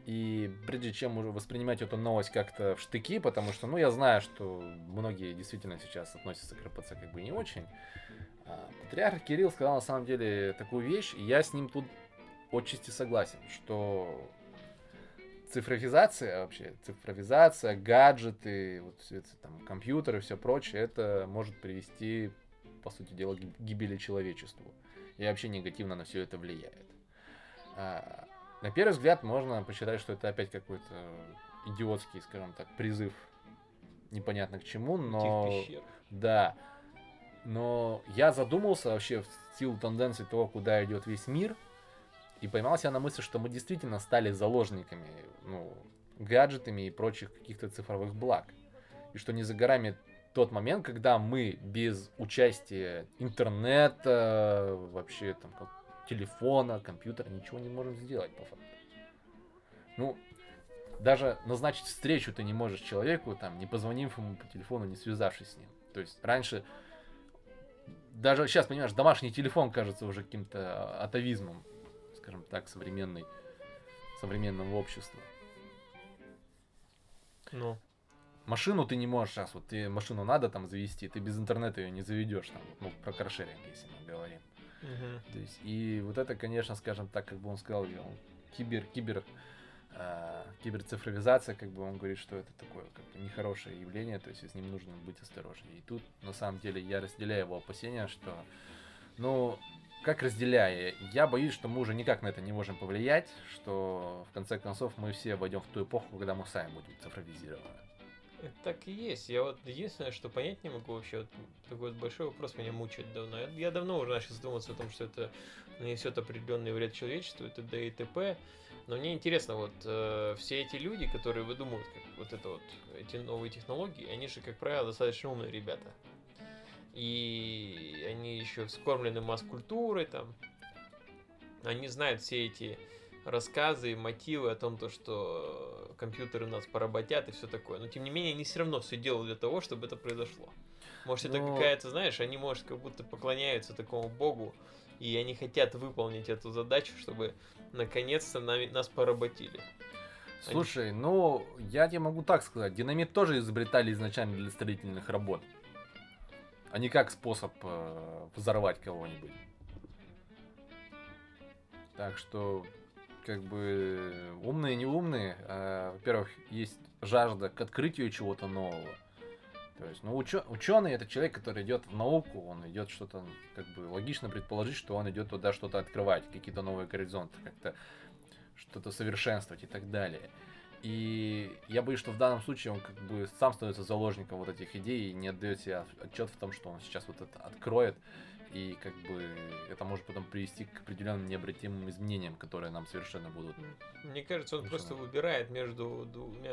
Speaker 1: И прежде чем уже воспринимать эту новость как-то в штыки, потому что, ну, я знаю, что многие действительно сейчас относятся к РПЦ как бы не очень, патриарх Кирилл сказал на самом деле такую вещь, и я с ним тут отчасти согласен, что цифровизация, гаджеты, вот все это, там, компьютеры, все прочее, это может привести, по сути дела, к гибели человечеству. И вообще негативно на все это влияет. На первый взгляд можно посчитать, что это опять какой-то идиотский, скажем так, призыв непонятно к чему, но... Да. Но я задумался вообще в силу тенденции того, куда идет весь мир, и поймал себя на мысли, что мы действительно стали заложниками, ну, гаджетами и прочих каких-то цифровых благ. И что не за горами тот момент, когда мы без участия интернета, вообще там телефона, компьютера ничего не можем сделать по факту. Ну, даже назначить встречу ты не можешь человеку, там, не позвонив ему по телефону, не связавшись с ним. То есть раньше, даже сейчас, понимаешь, домашний телефон кажется уже каким-то атовизмом, скажем так, современного общества.
Speaker 2: Ну.
Speaker 1: Машину ты не можешь сейчас, вот тебе машину надо там завести, ты без интернета ее не заведешь, там, ну, про каршеринг, если мы говорим. То есть, и вот это, конечно, скажем так, как бы он сказал, киберцифровизация, как бы он говорит, что это такое как бы нехорошее явление, то есть с ним нужно быть осторожнее. И тут, на самом деле, я разделяю его опасения, что, ну, как разделяя, я боюсь, что мы уже никак на это не можем повлиять, что, в конце концов, мы все войдем в ту эпоху, когда мы сами будем цифровизированы.
Speaker 2: Это так и есть. Я вот единственное, что понять не могу вообще, вот такой вот большой вопрос меня мучает давно. Я давно уже начал задумываться о том, что это нанесет определенный вред человечеству, и т.д. и т.п. Но мне интересно, вот все эти люди, которые выдумывают как, вот это вот, эти новые технологии, они же, как правило, достаточно умные ребята. И они еще вскормлены масс-культурой там. Они знают все эти рассказы и мотивы о том, что компьютеры нас поработят и все такое. Но тем не менее, они все равно все делают для того, чтобы это произошло. Может, это какая-то, знаешь, они, может, как будто поклоняются такому богу, и они хотят выполнить эту задачу, чтобы наконец-то нас поработили.
Speaker 1: Слушай, ну, я тебе могу так сказать, динамит тоже изобретали изначально для строительных работ, а не как способ взорвать кого-нибудь. Так что, как бы, умные, не умные, во-первых, есть жажда к открытию чего-то нового. То есть, ну, ученый это человек, который идет в науку, он идет что-то, как бы, логично предположить, что он идет туда что-то открывать, какие-то новые горизонты, как-то что-то совершенствовать и так далее. И я боюсь, что в данном случае он как бы сам становится заложником вот этих идей и не отдает себе отчет в том, что он сейчас вот это откроет, и как бы это может потом привести к определенным необратимым изменениям, которые нам совершенно будут.
Speaker 2: Мне кажется, он просто выбирает между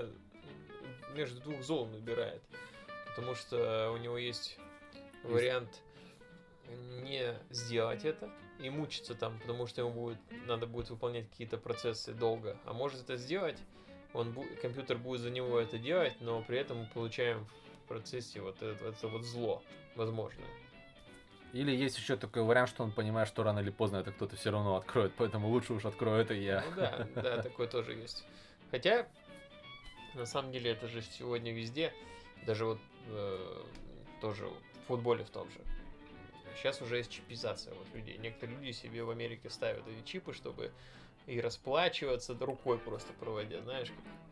Speaker 2: двух зол, выбирает. Потому что у него есть вариант не сделать это и мучиться там, потому что ему надо будет выполнять какие-то процессы долго. А может это сделать, компьютер будет за него это делать, но при этом мы получаем в процессе вот это вот зло, возможно.
Speaker 1: Или есть еще такой вариант, что он понимает, что рано или поздно это кто-то все равно откроет, поэтому лучше уж открою это я.
Speaker 2: Ну да, такое тоже есть. Хотя, на самом деле, это же сегодня везде, даже вот тоже в футболе в том же. Сейчас уже есть чипизация вот людей. Некоторые люди себе в Америке ставят эти чипы, чтобы и расплачиваться рукой просто проводя, знаешь,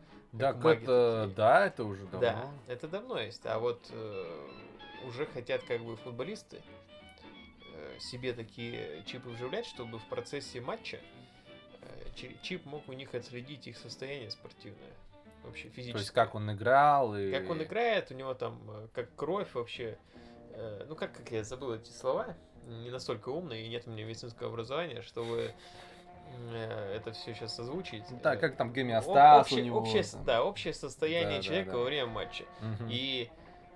Speaker 1: это уже давно.
Speaker 2: Да, это давно есть. А вот уже хотят как бы футболисты себе такие чипы вживлять, чтобы в процессе матча чип мог у них отследить их состояние спортивное. Вообще физически.
Speaker 1: То есть как он играл и...
Speaker 2: Как он играет, у него там как кровь вообще. Ну как я забыл эти слова, не настолько умный, и нет у меня медицинского образования, чтобы это все сейчас озвучить.
Speaker 1: Да, как там гомеостаз у него.
Speaker 2: Общее состояние человека во время матча. И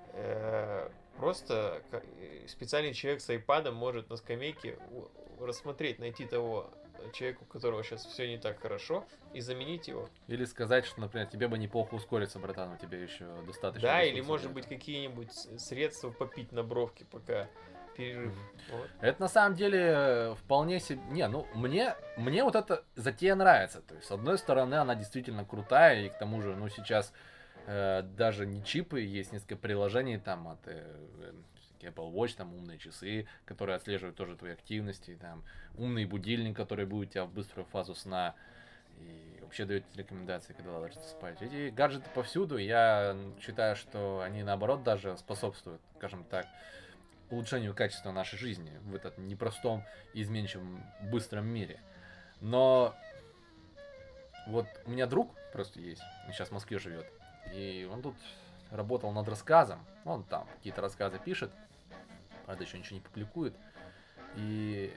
Speaker 2: просто специальный человек с айпадом может на скамейке рассмотреть, найти того человека, у которого сейчас все не так хорошо, и заменить его.
Speaker 1: Или сказать, что, например, тебе бы неплохо ускориться, братан, у тебя еще достаточно.
Speaker 2: Да, или может быть какие-нибудь средства попить на бровке, пока перерыв. Вот.
Speaker 1: Это на самом деле вполне себе... Не, ну мне вот эта затея нравится. То есть, с одной стороны, она действительно крутая, и к тому же, ну, сейчас даже не чипы, есть несколько приложений там от Apple Watch, там умные часы, которые отслеживают тоже твои активности, там умный будильник, который будет тебя в быструю фазу сна, и вообще дает рекомендации, когда ложиться спать. Эти гаджеты повсюду, я считаю, что они наоборот даже способствуют, скажем так, улучшению качества нашей жизни в этот непростом, изменчивом, быстром мире. Но вот у меня друг просто есть, он сейчас в Москве живет, и он тут работал над рассказом, он там какие-то рассказы пишет, правда еще ничего не публикует, и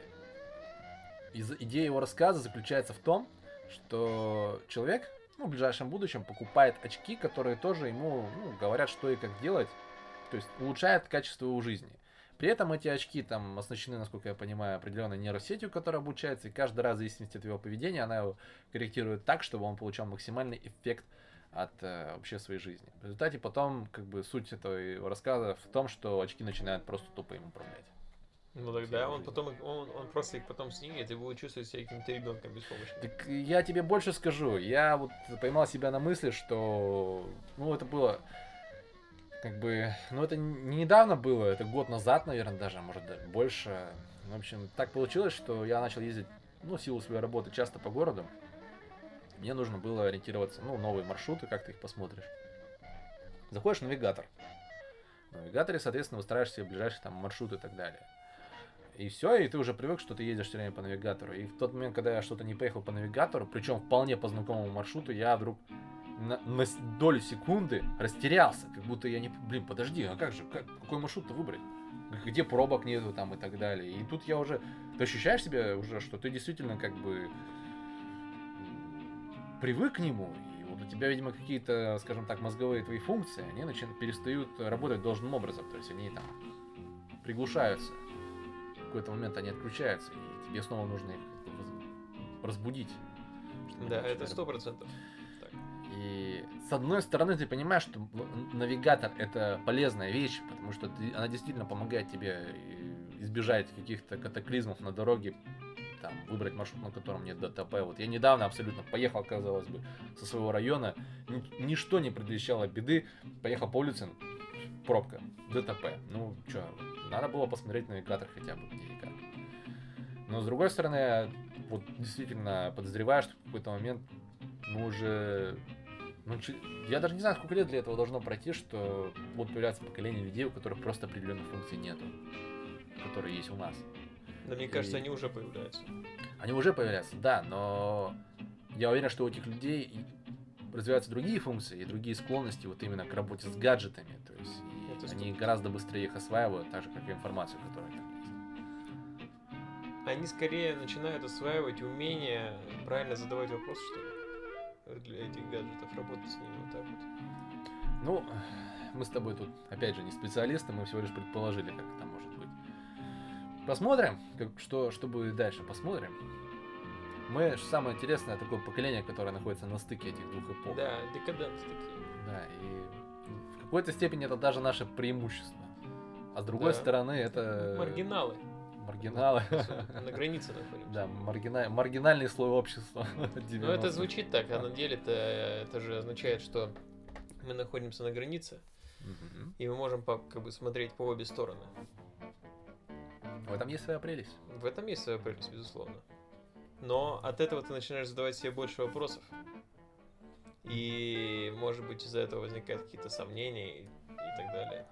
Speaker 1: идея его рассказа заключается в том, что человек, ну, в ближайшем будущем покупает очки, которые тоже ему, ну, говорят, что и как делать, то есть улучшает качество его жизни. При этом эти очки там оснащены, насколько я понимаю, определенной нейросетью, которая обучается, и каждый раз, в зависимости от его поведения, она его корректирует так, чтобы он получал максимальный эффект от вообще своей жизни. В результате потом, как бы, суть этого рассказа в том, что очки начинают просто тупо им управлять.
Speaker 2: Ну тогда он потом он просто их потом снимет и будет чувствовать себя каким-то ребенком беспомощным.
Speaker 1: Так я тебе больше скажу. Я вот поймал себя на мысли, что, ну, это было как бы, ну, это не недавно было, это год назад, наверное, даже, может, даже больше. В общем, так получилось, что я начал ездить, ну, в силу своей работы часто по городу. Мне нужно было ориентироваться, ну, новые маршруты, как ты их посмотришь. Заходишь в навигатор. В навигаторе, соответственно, выстраиваешь себе ближайший там маршрут и так далее. И все, и ты уже привык, что ты едешь все время по навигатору. И в тот момент, когда я что-то не поехал по навигатору, причем вполне по знакомому маршруту, я вдруг на долю секунды растерялся. Как будто я не... Блин, подожди, а как же? Какой маршрут-то выбрать? Где пробок нету там и так далее. И тут я уже... Ты ощущаешь себя уже, что ты действительно как бы привык к нему. И вот у тебя, видимо, какие-то, скажем так, мозговые твои функции, они перестают работать должным образом. То есть они там приглушаются. В какой-то момент они отключаются, и тебе снова нужно их разбудить.
Speaker 2: Да, это 100%.
Speaker 1: И с одной стороны ты понимаешь, что навигатор это полезная вещь, потому что она действительно помогает тебе избежать каких-то катаклизмов на дороге, там, выбрать маршрут, на котором нет ДТП. Вот я недавно абсолютно поехал, казалось бы, со своего района, ничто не предвещало беды, поехал по улице, пробка, ДТП. Ну, что, надо было посмотреть навигатор хотя бы где и как. Но с другой стороны, я вот действительно подозреваю, что в какой-то момент мы уже... Ну, я даже не знаю, сколько лет для этого должно пройти, что будут появляться поколения людей, у которых просто определенных функций нету, которые есть у нас.
Speaker 2: Да, мне кажется, они уже появляются.
Speaker 1: Они уже появляются, да, но я уверен, что у этих людей развиваются другие функции и другие склонности вот именно к работе с гаджетами. То есть они гораздо быстрее их осваивают, так же, как и информацию, которая там есть.
Speaker 2: Они скорее начинают осваивать умение правильно задавать вопрос, что ли, для этих гаджетов, работать с ними вот так вот.
Speaker 1: Ну, мы с тобой тут, опять же, не специалисты, мы всего лишь предположили, как это может быть. Посмотрим, что будет дальше, посмотрим. Мы же самое интересное такое поколение, которое находится на стыке этих двух эпох.
Speaker 2: Да, декаданты такие.
Speaker 1: Да, и в какой-то степени это даже наше преимущество. А с другой стороны, это...
Speaker 2: Маргиналы.
Speaker 1: Маргиналы.
Speaker 2: На границе находимся.
Speaker 1: Да, маргинальный слой общества.
Speaker 2: Ну, это звучит так, а на деле это же означает, что мы находимся на границе, и мы можем как бы смотреть по обе стороны.
Speaker 1: В этом есть своя прелесть.
Speaker 2: В этом есть своя прелесть, безусловно. Но от этого ты начинаешь задавать себе больше вопросов. И, может быть, из-за этого возникают какие-то сомнения и так далее.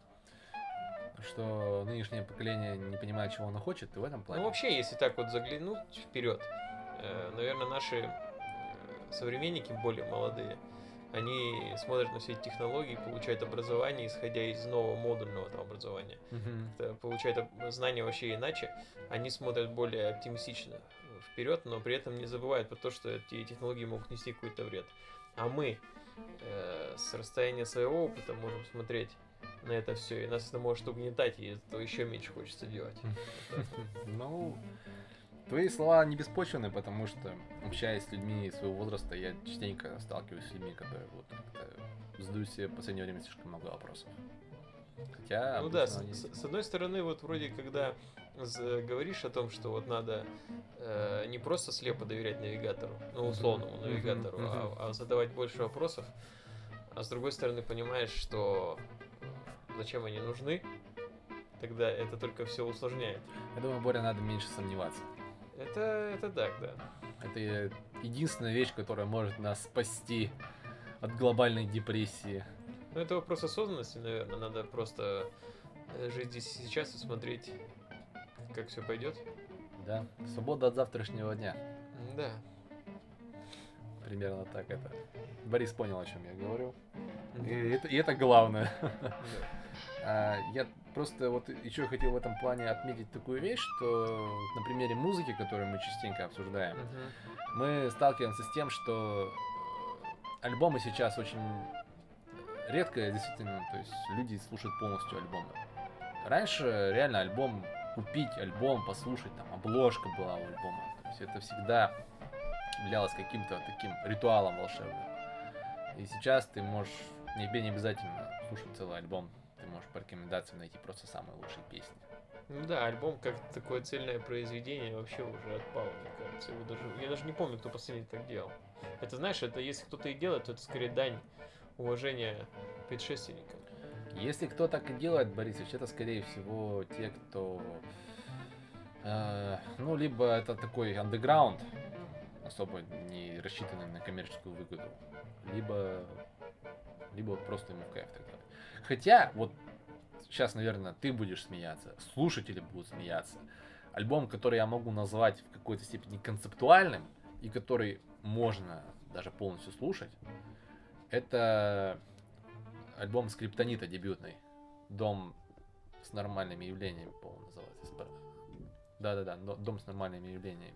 Speaker 1: Что нынешнее поколение не понимает, чего оно хочет, и в этом плане.
Speaker 2: Ну, вообще, если так вот заглянуть вперед, наверное, наши современники более молодые, они смотрят на все эти технологии, получают образование, исходя из нового модульного там, образования. Получают знания вообще иначе. Они смотрят более оптимистично вперед, но при этом не забывают про то, что эти технологии могут нести какой-то вред. А мы с расстояния своего опыта можем смотреть на это все, и нас это может угнетать, и этого еще меньше хочется делать.
Speaker 1: Ну, твои слова не беспочвены, потому что, общаясь с людьми своего возраста, я частенько сталкиваюсь с людьми, которые вот как-то задают себе в последнее время слишком много вопросов. Хотя
Speaker 2: Ну да,
Speaker 1: обычно они-
Speaker 2: с одной стороны, вот вроде когда говоришь о том, что вот надо не просто слепо доверять навигатору, ну условному
Speaker 1: Мгм,
Speaker 2: навигатору,
Speaker 1: мгм.
Speaker 2: а задавать больше вопросов, а с другой стороны понимаешь, что зачем они нужны, тогда это только все усложняет.
Speaker 1: Я думаю, Боря, надо меньше сомневаться.
Speaker 2: Это так, да.
Speaker 1: Это единственная вещь, которая может нас спасти от глобальной депрессии.
Speaker 2: Ну это вопрос осознанности, наверное. Надо просто жить здесь и сейчас и смотреть, как все пойдет.
Speaker 1: Да, свобода от завтрашнего дня.
Speaker 2: Да.
Speaker 1: Примерно так это. Борис понял, о чем я говорю.
Speaker 2: Мгм.
Speaker 1: И это главное.
Speaker 2: Да.
Speaker 1: Я просто вот еще хотел в этом плане отметить такую вещь, что на примере музыки, которую мы частенько обсуждаем,
Speaker 2: Мгм.
Speaker 1: мы сталкиваемся с тем, что альбомы сейчас очень редко, действительно, то есть люди слушают полностью альбомы. Раньше реально альбом, купить альбом, послушать, там обложка была у альбома, то есть это всегда являлось каким-то таким ритуалом волшебным. И сейчас ты можешь, тебе не обязательно слушать целый альбом, ты можешь по рекомендациям найти просто самые лучшие песни.
Speaker 2: Ну да, альбом как такое цельное произведение вообще уже отпал, мне кажется. Я даже не помню, кто последний так делал. Это, знаешь, это если кто-то и делает, то это скорее дань уважения предшественникам.
Speaker 1: Если кто так и делает, Борисович, это скорее всего те, кто, ну, либо это такой андеграунд, особо не рассчитанный на коммерческую выгоду, либо вот просто ему в кайф так делать. Хотя, вот сейчас, наверное, ты будешь смеяться, слушатели будут смеяться. Альбом, который я могу назвать в какой-то степени концептуальным, и который можно даже полностью слушать, это альбом Скриптонита дебютный. Дом с нормальными явлениями, по-моему, называется. Да-да-да, дом с нормальными явлениями.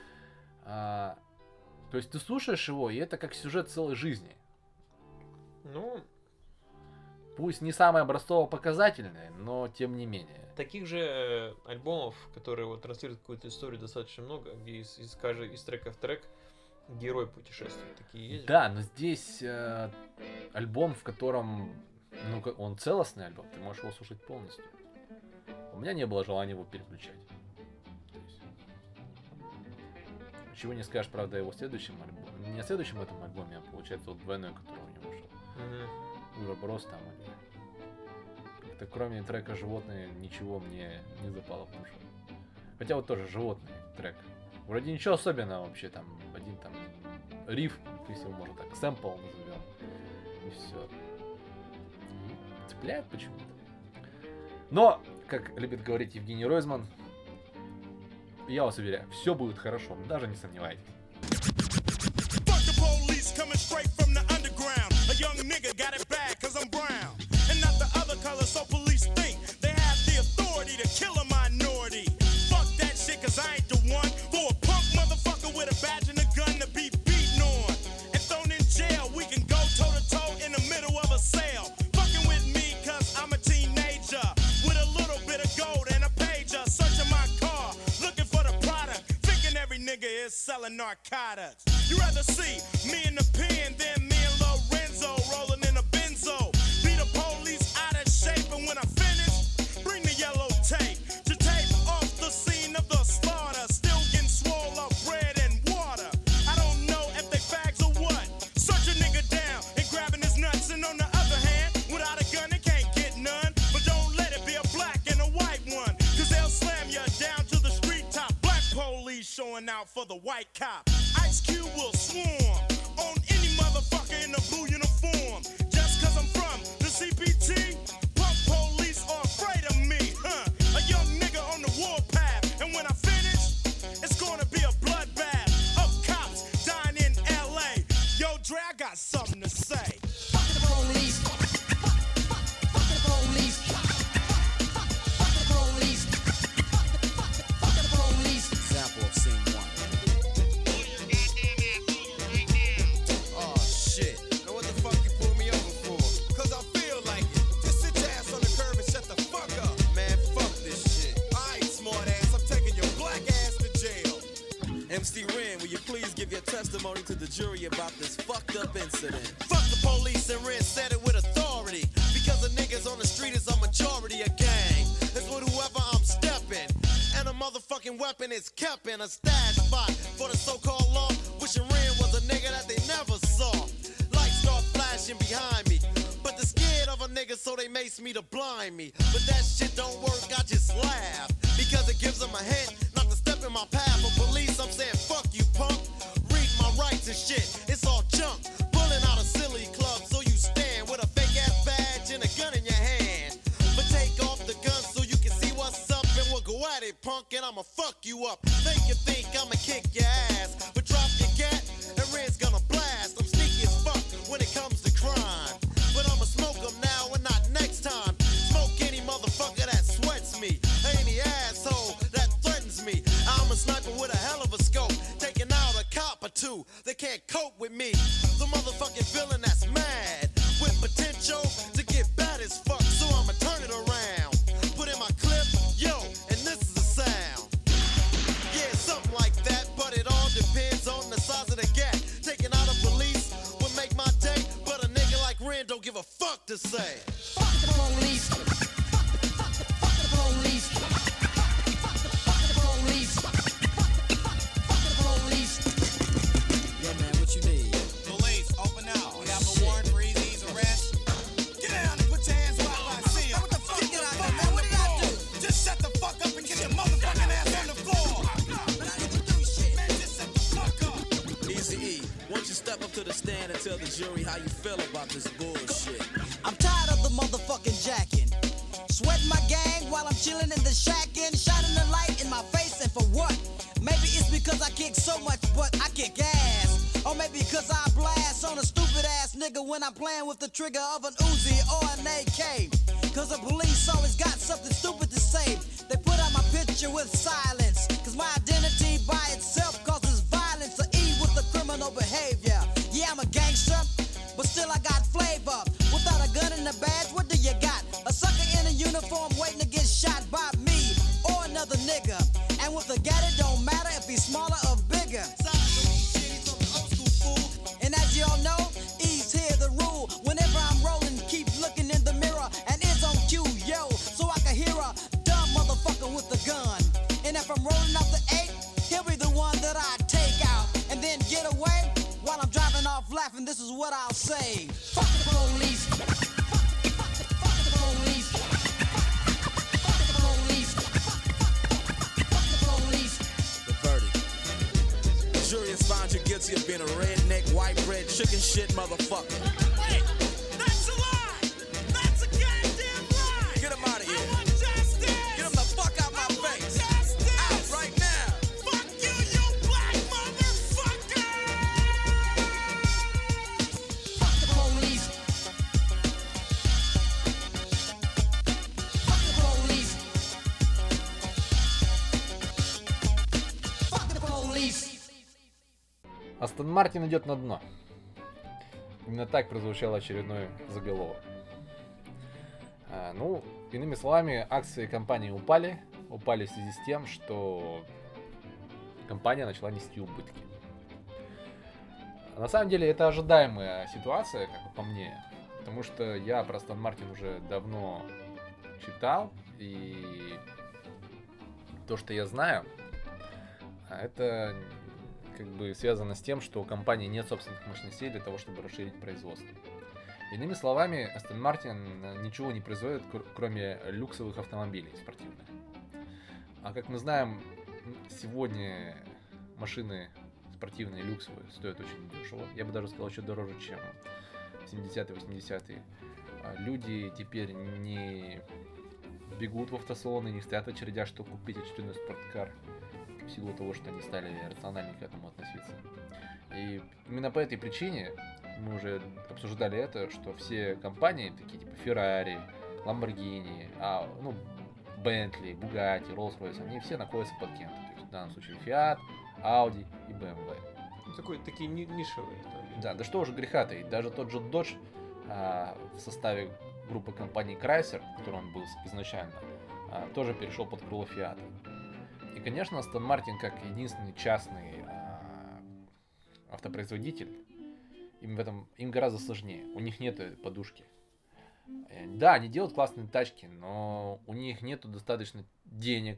Speaker 1: То есть ты слушаешь его, и это как сюжет целой жизни.
Speaker 2: Ну,
Speaker 1: Пусть не самое образцово-показательное, но тем не менее.
Speaker 2: таких же альбомов, которые вот транслируют какую-то историю, достаточно много, где из трека в трек герой путешествует. Такие есть.
Speaker 1: Да, но здесь альбом, в котором, ну, он целостный альбом, ты можешь его слушать полностью. У меня не было желания его переключать. То есть, чего не скажешь, правда, о его следующем альбоме. Не о следующем этом альбоме, а получается вот двойной, который у него вышел.
Speaker 2: Мгм.
Speaker 1: Уроброс там. Как-то кроме трека «Животные» ничего мне не запало в душу. Хотя вот тоже «Животные» трек. Вроде ничего особенного вообще, там один там риф, если его можно так, сэмпл назовем. И все. Цепляет почему-то. Но, как любит говорить Евгений Ройзман, я вас уверяю, все будет хорошо, даже не сомневайтесь.
Speaker 3: Fuck the police coming straight from the underground. A young nigga got it bad cause I'm brown. And not the other color, so police think they have the authority to kill a minority. Fuck that shit cause I ain't the one for a punk motherfucker with a badge and a gun to be beaten on. And thrown in jail, we can go toe to toe in the middle of a sale. Fucking with me cause I'm a teenager with a little bit of gold and a pager. Searching my car, looking for the product. Thinking every nigga is selling narcotics. You rather see me in the pen than me and Lorenzo rolling in a benzo. Be the police out of shape, and when I finish, bring the yellow tape to tape off the scene of the slaughter. Still getting swole up bread and water. I don't know if they fags or what. Search a nigga down and grabbing his nuts, and on the other hand, without a gun, they can't get none. But don't let it be a black and a white one, cause they'll slam you down to the street top. Black police showing out for the white cop. Ice Cube will swarm on any motherfucker in a blue uniform. Just cause I'm from the CPT, punk police are afraid of me, huh? A young nigga on the warpath, and when I finish, it's gonna be a bloodbath of cops dying in LA. Yo, Dre, I got something to say.
Speaker 4: Fuck the police. Fuck the police. Fuck the police. Fuck the police.
Speaker 5: Example of scene one.
Speaker 3: Oh shit. Now what the fuck you pull me over for? Cause I feel like it. Just sit your ass on the curb and shut the fuck up. Man, fuck this shit. Alright, smart ass, I'm taking your black ass to jail.
Speaker 5: MC Ren, will you please give your testimony to the jury about this fucked up incident?
Speaker 3: Fuck the police and Ren said it with authority. Because the niggas on the street is a majority.
Speaker 5: fucking weapon is kept in a stash spot for the so-called law. Wishing Ren was a nigga that they never saw. Lights start flashing behind me, but they're scared of a nigga, so they mace me to blind me. But that shit don't work, I just laugh, because it gives them a hint not to step in my path. For police, I'm saying fuck you, punk. Read my rights and shit, it's all junk. Pulling out a silly club, so you stand with a fake ass badge and a gun in your hand. But take off the gun so you can see what's up, and we'll go at it, punk, and I'ma fuck you up. Make you think I'ma kick your ass, but drop your gat and Red's gonna blast. I'm sneaky as fuck when it comes to crime, but I'ma smoke them now and not next time. Smoke any motherfucker that sweats me, any asshole that threatens me. I'm a sniper with a hell of a scope, taking out a cop or two that can't cope with me. The motherfucking villain that's mad with potential to get bad as fuck, so I'ma turn it around. Put in my clip, yo, and this is the sound. Yeah, something like that, but it all depends on the size of the gap. Taking out a police would make my day, but a nigga like Ren don't give a fuck to say.
Speaker 4: Fuck the police. Fuck the police. Fuck the police. Fuck the police.
Speaker 5: Yeah, man, what you need?
Speaker 3: Police, open up. We have a warrant for Easy's arrest. Get down and put your hands where I see you. What the fuck? Get out of here, man. What did I do? Just shut the fuck up and get your motherfucking ass on the floor.
Speaker 5: But I didn't do shit.
Speaker 3: Man, just shut the fuck up.
Speaker 5: Easy E, won't you step up to the stand and tell the jury how you feel about this bullshit?
Speaker 6: I'm tired of the motherfucking jacking. Sweating my gang while I'm chilling in the shack and shining the light in my face, and for what? Maybe it's because I kick so much, but I kick ass. Or maybe because I blast on a stupid ass nigga when I'm playing with the trigger of an Uzi or an AK. Cause the police always got something stupid to say. They put out my picture with silence, cause my identity by itself causes violence. The E with the criminal behavior. Yeah, I'm a gangster, but still I got flavor. Without a gun and a badge, what do you got? A sucker in a uniform waiting to get shot by me or another nigga. And with a gat, it don't matter if he's smaller or bigger. And as y'all know, E's here the rule. Whenever I'm rolling, keep looking in the mirror and it's on cue, yo, so I can hear a dumb motherfucker with a gun. And if I'm rolling up the 8, he'll be the one that I take out and then get away while I'm driving off laughing. This is what I'll say.
Speaker 4: Fuck the police. Fuck the police. Fuck the police. Fuck the police.
Speaker 5: The verdict. The jury has found you guilty of being a redneck, white bread, chicken shit motherfucker.
Speaker 3: Wait, that's a lie. That's a goddamn lie.
Speaker 5: Get him out of
Speaker 3: I
Speaker 5: here.
Speaker 3: want justice.
Speaker 5: Get him the fuck out my
Speaker 3: I want
Speaker 5: face.
Speaker 3: justice.
Speaker 5: Out right now.
Speaker 3: Fuck you, you black motherfucker.
Speaker 4: Fuck the police. Fuck the police. Fuck the police.
Speaker 1: Астон Мартин идет на дно. Именно так прозвучал очередной заголовок. Ну, иными словами, акции компании упали. Упали в связи с тем, что компания начала нести убытки. На самом деле, это ожидаемая ситуация, как по мне. Потому что я про Астон Мартин уже давно читал. И то, что я знаю, это как бы связано с тем, что у компании нет собственных мощностей для того, чтобы расширить производство. Иными словами, Aston Martin ничего не производит, кроме люксовых автомобилей спортивных. А как мы знаем, сегодня машины спортивные, люксовые, стоят очень дешево. Я бы даже сказал, еще дороже, чем в 70-е, 80-е. Люди теперь не бегут в автосалоны, не стоят в очередях, чтобы купить очередной спорткар, в силу того, что они стали рациональнее к этому относиться. И именно по этой причине, мы уже обсуждали это, что все компании, такие типа Ferrari, Lamborghini, Bentley, Bugatti, Rolls-Royce, они все находятся под кем-то. То есть в данном случае Fiat, Audi и BMW.
Speaker 2: Ну, такие нишевые.
Speaker 1: Да что уже греха таить. Даже тот же Dodge в составе группы компаний Chrysler, в которой он был изначально, тоже перешел под крыло Fiat. И, конечно, Aston Martin, как единственный частный автопроизводитель, им гораздо сложнее. У них нет подушки. Да, они делают классные тачки, но у них нету достаточно денег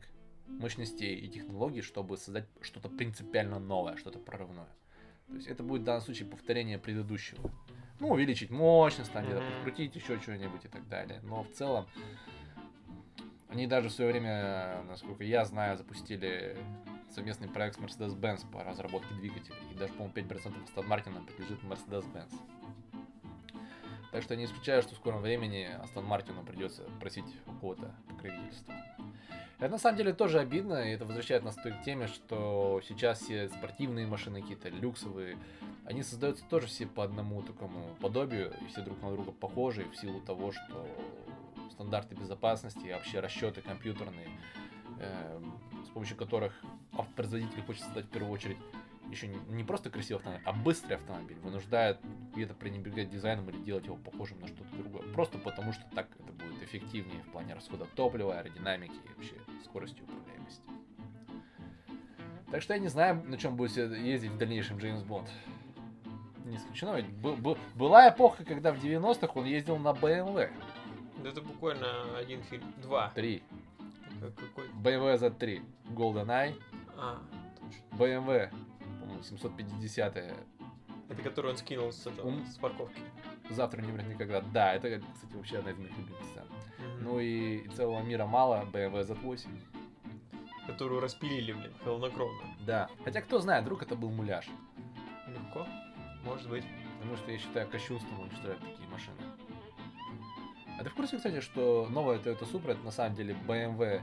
Speaker 1: мощностей и технологий, чтобы создать что-то принципиально новое, что-то прорывное. То есть это будет в данном случае повторение предыдущего. Ну, увеличить мощность, там где-то подкрутить еще что-нибудь и так далее. Но в целом они даже в свое время, насколько я знаю, запустили совместный проект с Mercedes-Benz по разработке двигателей. И даже, по-моему, 5% Aston Martin принадлежит Mercedes-Benz. Так что я не исключаю, что в скором времени Aston Martin придется просить у кого-то покровительства. Это на самом деле тоже обидно, и это возвращает нас к той теме, что сейчас все спортивные машины, какие-то люксовые, они создаются тоже все по одному такому подобию, и все друг на друга похожи в силу того, что стандарты безопасности и вообще расчеты компьютерные, с помощью которых автопроизводитель хочет создать в первую очередь еще не просто красивый автомобиль, а быстрый автомобиль, вынуждает где-то пренебрегать дизайном или делать его похожим на что-то другое. Просто потому, что так это будет эффективнее в плане расхода топлива, аэродинамики и вообще скорости управляемости. Так что я не знаю, на чем будет ездить в дальнейшем Джеймс Бонд. Не исключено, ведь была эпоха, когда в 90-х он ездил на BMW.
Speaker 2: Да это буквально один фильм. 2.
Speaker 1: 3.
Speaker 2: Какой?
Speaker 1: BMW Z3. GoldenEye.
Speaker 2: А, точно.
Speaker 1: BMW, по-моему, 750.
Speaker 2: Это который он скинул с парковки.
Speaker 1: Завтра не умрет никогда. Да, это, кстати, вообще одна из моих любимых сцен. Ну и целого мира мало, BMW Z8.
Speaker 2: Которую распилили, блин, холоднокровно.
Speaker 1: Да. Хотя кто знает, вдруг это был муляж.
Speaker 2: Легко. Может быть.
Speaker 1: Потому что я считаю кощунством уничтожать такие машины. А ты в курсе, кстати, что новая Toyota Supra это на самом деле BMW?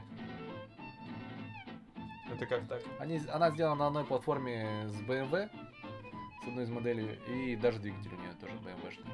Speaker 2: Это как так?
Speaker 1: Она сделана на одной платформе с BMW, с одной из моделей, и даже двигатель у нее тоже BMW-шный.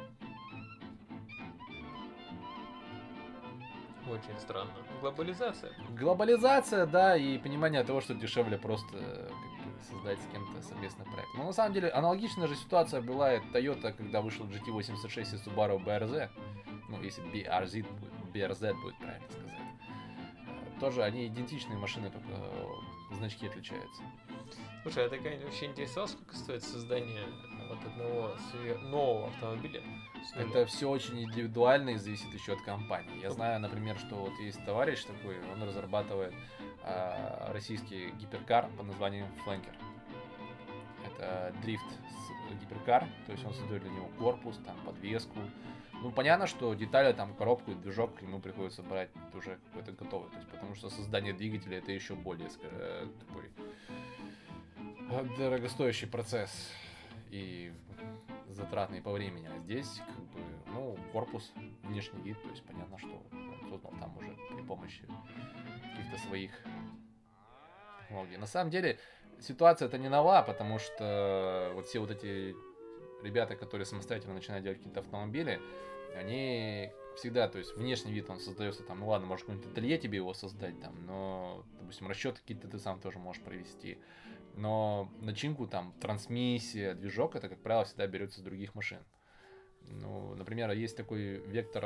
Speaker 2: Очень странно. Глобализация.
Speaker 1: Глобализация, да, и понимание того, что дешевле просто как бы, создать с кем-то совместный проект. Но на самом деле аналогичная же ситуация была и Toyota, когда вышел GT86 и Subaru BRZ. Ну, если BRZ будет правильно сказать. Тоже они идентичные машины, только значки отличаются.
Speaker 2: Слушай, а ты вообще интересовался, сколько стоит создание вот одного нового автомобиля?
Speaker 1: Это все очень индивидуально и зависит еще от компании. Я знаю, например, что вот есть товарищ такой, он разрабатывает российский гиперкар под названием Flanker. Это дрифт с гиперкар, то есть он создает для него корпус, там подвеску. Ну, понятно, что детали, там, коробку и движок ему приходится брать уже какой-то готовый. То есть, потому что создание двигателя это еще более такой дорогостоящий процесс и затратный по времени. А здесь, как бы, ну, корпус, внешний вид, то есть понятно, что он создал там уже при помощи каких-то своих технологий. На самом деле, ситуация-то не нова, потому что вот все вот эти ребята, которые самостоятельно начинают делать какие-то автомобили, они всегда, то есть внешний вид он создается там, ну ладно, может какое-нибудь ателье тебе его создать там, но, допустим, расчеты какие-то ты сам тоже можешь провести. Но начинку там, трансмиссия, движок, это, как правило, всегда берется с других машин. Ну, например, есть такой вектор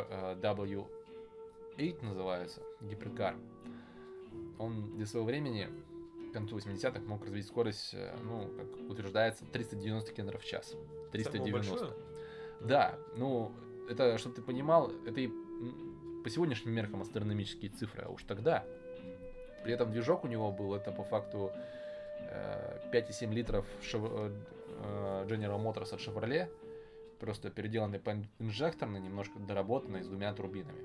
Speaker 1: W8 называется, гиперкар. Он для своего времени к концу 80-х мог развить скорость, ну, как утверждается, 390 км в час. 390. Да, ну, это, чтобы ты понимал, это и по сегодняшним меркам астрономические цифры, а уж тогда. При этом движок у него был, это по факту 5,7 литров General Motors от Chevrolet, просто переделанный по инжекторный, немножко доработанный, с двумя турбинами.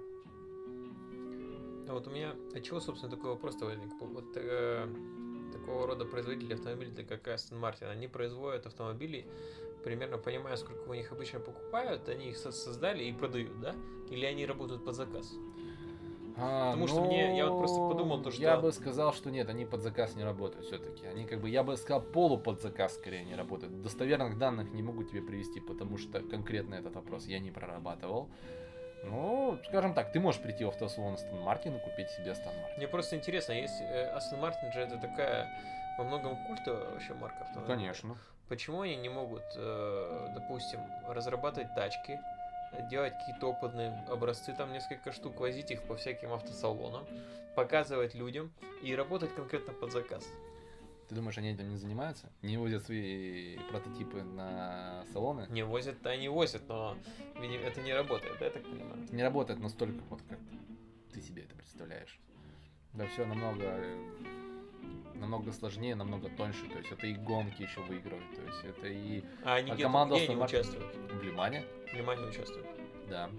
Speaker 2: А вот у меня, от чего, собственно, такой вопрос-то возник? Вот такого рода производители автомобилей, как Aston Martin, они производят автомобили, примерно понимая, сколько у них обычно покупают, они их создали и продают, да? Или они работают под заказ? Потому что я вот просто подумал, то, что...
Speaker 1: Я бы сказал, что нет, они под заказ не работают все-таки. Они как бы, я бы сказал, под заказ скорее не работают. Достоверных данных не могу тебе привести, потому что конкретно этот вопрос я не прорабатывал. Ну, скажем так, ты можешь прийти в автосалон Aston Martin и купить себе Aston Martin.
Speaker 2: Мне просто интересно, есть Aston Martin же это такая во многом культовая вообще марка автомобиля.
Speaker 1: Конечно.
Speaker 2: Почему они не могут, допустим, разрабатывать тачки, делать какие-то опытные образцы, там несколько штук, возить их по всяким автосалонам, показывать людям и работать конкретно под заказ?
Speaker 1: Ты думаешь, они этим не занимаются? Не возят свои прототипы на салоны?
Speaker 2: Не возят-то они возят, но это не работает, да, я так понимаю?
Speaker 1: Не работает настолько, вот как ты себе это представляешь. Да все намного намного сложнее, намного тоньше. То есть это и гонки еще выигрывать. То есть это и
Speaker 2: А они где-то
Speaker 1: команда
Speaker 2: где они
Speaker 1: Aston Martin
Speaker 2: участвуют?
Speaker 1: в Лимане.
Speaker 2: В Лимане участвуют.
Speaker 1: Да.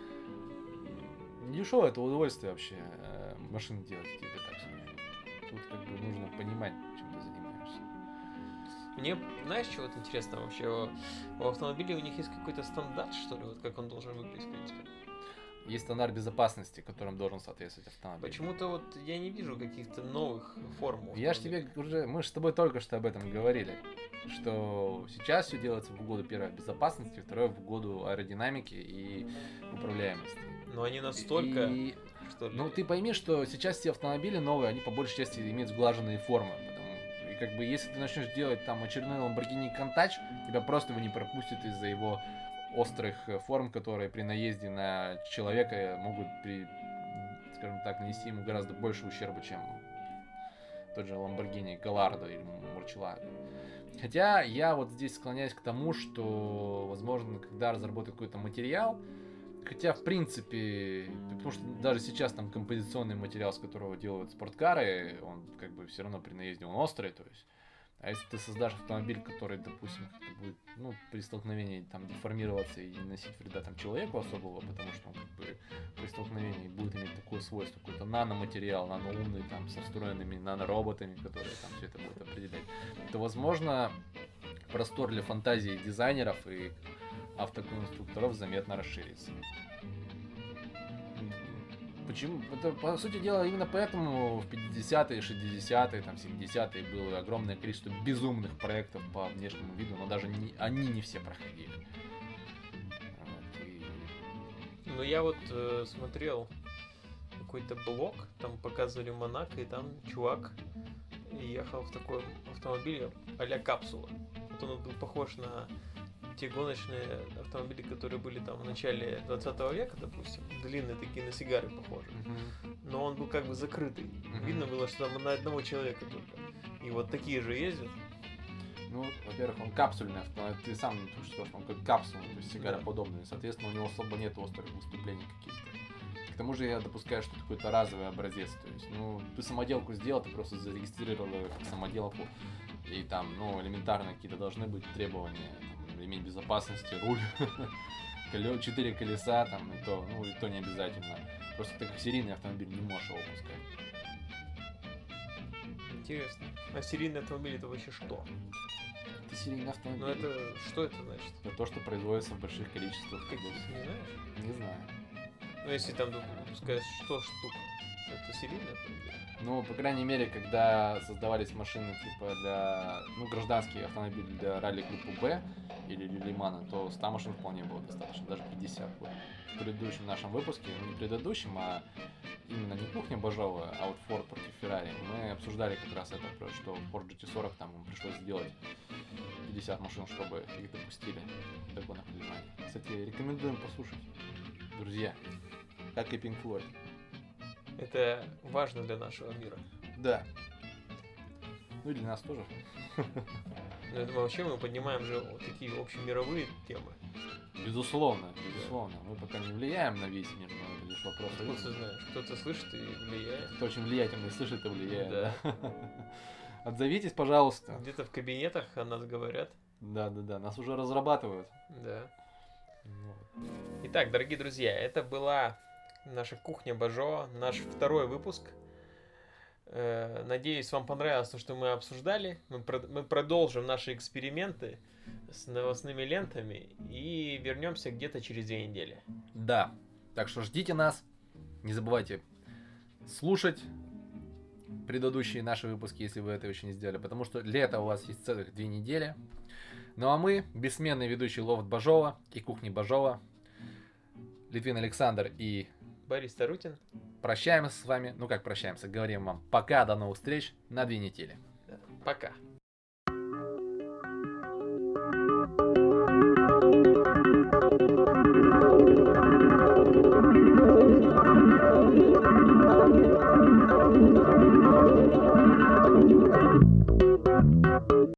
Speaker 1: Не дешевое это удовольствие вообще машины делать, я тебе так скажу. Тут как бы нужно понимать, чем ты занимаешься.
Speaker 2: Мне, знаешь, что вот интересно вообще? У автомобилей у них есть какой-то стандарт, что ли, вот как он должен выглядеть, в принципе?
Speaker 1: Есть стандарт безопасности, которым должен соответствовать автомобиль.
Speaker 2: Почему-то вот я не вижу каких-то новых форм. у
Speaker 1: Я ж
Speaker 2: автомобиля.
Speaker 1: тебе уже, мы же с тобой только что об этом говорили, что сейчас все делается в угоду, первое, безопасности, второе, в угоду аэродинамики и управляемости.
Speaker 2: Но они настолько,
Speaker 1: И,
Speaker 2: что ли...
Speaker 1: ну, ты пойми, что сейчас все автомобили новые, они по большей части имеют сглаженные формы. И как бы, если ты начнешь делать там очередной Lamborghini Countach, тебя просто его не пропустят из-за его острых форм, которые при наезде на человека могут, скажем так, нанести ему гораздо больше ущерба, чем тот же Lamborghini Gallardo или Murcielago. Хотя я вот здесь склоняюсь к тому, что, возможно, когда разработают какой-то материал, хотя, в принципе, потому что даже сейчас там композиционный материал, с которого делают спорткары, он как бы все равно при наезде он острый, то есть. А если ты создашь автомобиль, который, допустим, как-то будет, ну, при столкновении там деформироваться и не наносить вреда там человеку особого, потому что он как бы при столкновении будет иметь такое свойство, какой-то наноматериал, наноумный, там, со встроенными нанороботами, которые там все это будут определять, то, возможно, простор для фантазии дизайнеров и автоконструкторов заметно расширится. Почему? Это, по сути дела, именно поэтому в 50-е, 60-е, там, 70-е было огромное количество безумных проектов по внешнему виду, но даже они не все проходили. Вот, и...
Speaker 2: Ну я вот смотрел какой-то блог, там показывали Монако, и там чувак ехал в таком автомобиле а-ля капсула. Вот он был похож на те гоночные автомобили, которые были там в начале 20 века, допустим, длинные такие, на сигары похожи. Но он был как бы закрытый. Видно было, что там на одного человека только. И вот такие же ездят.
Speaker 1: Ну, во-первых, он капсульный автомобиль, ты сам сказал, что он как капсула, то есть сигароподобный, соответственно, у него особо нет острых выступлений каких-то. К тому же я допускаю, что это какой-то разовый образец, то есть, ну, ты самоделку сделал, ты просто зарегистрировал ее как самоделку, и там, ну, элементарно какие-то должны быть требования, там, ремень безопасности, руль, 4 колеса, там, и то не обязательно. Просто ты как серийный автомобиль не можешь его выпускать.
Speaker 2: Интересно. А серийный автомобиль это вообще что?
Speaker 1: Это серийный автомобиль.
Speaker 2: Ну это, что это значит?
Speaker 1: Это то, что производится в больших количествах.
Speaker 2: Каких, не знаешь?
Speaker 1: Не знаю.
Speaker 2: Ну если там выпускают 100 штук, это серийный автомобиль?
Speaker 1: Ну, по крайней мере, когда создавались машины типа для, ну, гражданские автомобили для ралли-группы Б или Лимана, то 100 машин вполне было достаточно, даже 50 было. В предыдущем нашем выпуске, ну не предыдущем, а именно не кухня Бажова, а вот Ford против Ferrari, мы обсуждали как раз это, что Ford GT40 там им пришлось сделать 50 машин, чтобы их допустили до гонок в Лимане. Кстати, рекомендуем послушать, друзья, как и Pink Floyd.
Speaker 2: Это важно для нашего мира.
Speaker 1: Да. Ну и для нас тоже.
Speaker 2: Но я думаю, вообще мы поднимаем же вот такие общемировые темы.
Speaker 1: Безусловно, безусловно. Мы пока не влияем на весь мир, но это лишь вопрос.
Speaker 2: Откуда ты знаешь? Кто-то слышит и влияет.
Speaker 1: Это очень влиятельный, слышит и влияет.
Speaker 2: Да.
Speaker 1: Отзовитесь, пожалуйста.
Speaker 2: Где-то в кабинетах о нас говорят.
Speaker 1: Да, нас уже разрабатывают.
Speaker 2: Да. Итак, дорогие друзья, это была наша кухня Бажо, наш второй выпуск. Надеюсь, вам понравилось то, что мы обсуждали. Мы продолжим наши эксперименты с новостными лентами и вернемся где-то через 2 недели.
Speaker 1: Да. Так что ждите нас. Не забывайте слушать предыдущие наши выпуски, если вы это еще не сделали, потому что для этого у вас есть целых 2 недели. Ну а мы, бессменный ведущий Лофт Бажова и Кухни Бажова, Литвин Александр и
Speaker 2: Борис Тарутин.
Speaker 1: прощаемся с вами. Ну как прощаемся, говорим вам пока, до новых встреч на 2 недели.
Speaker 2: Пока.
Speaker 7: Thank you.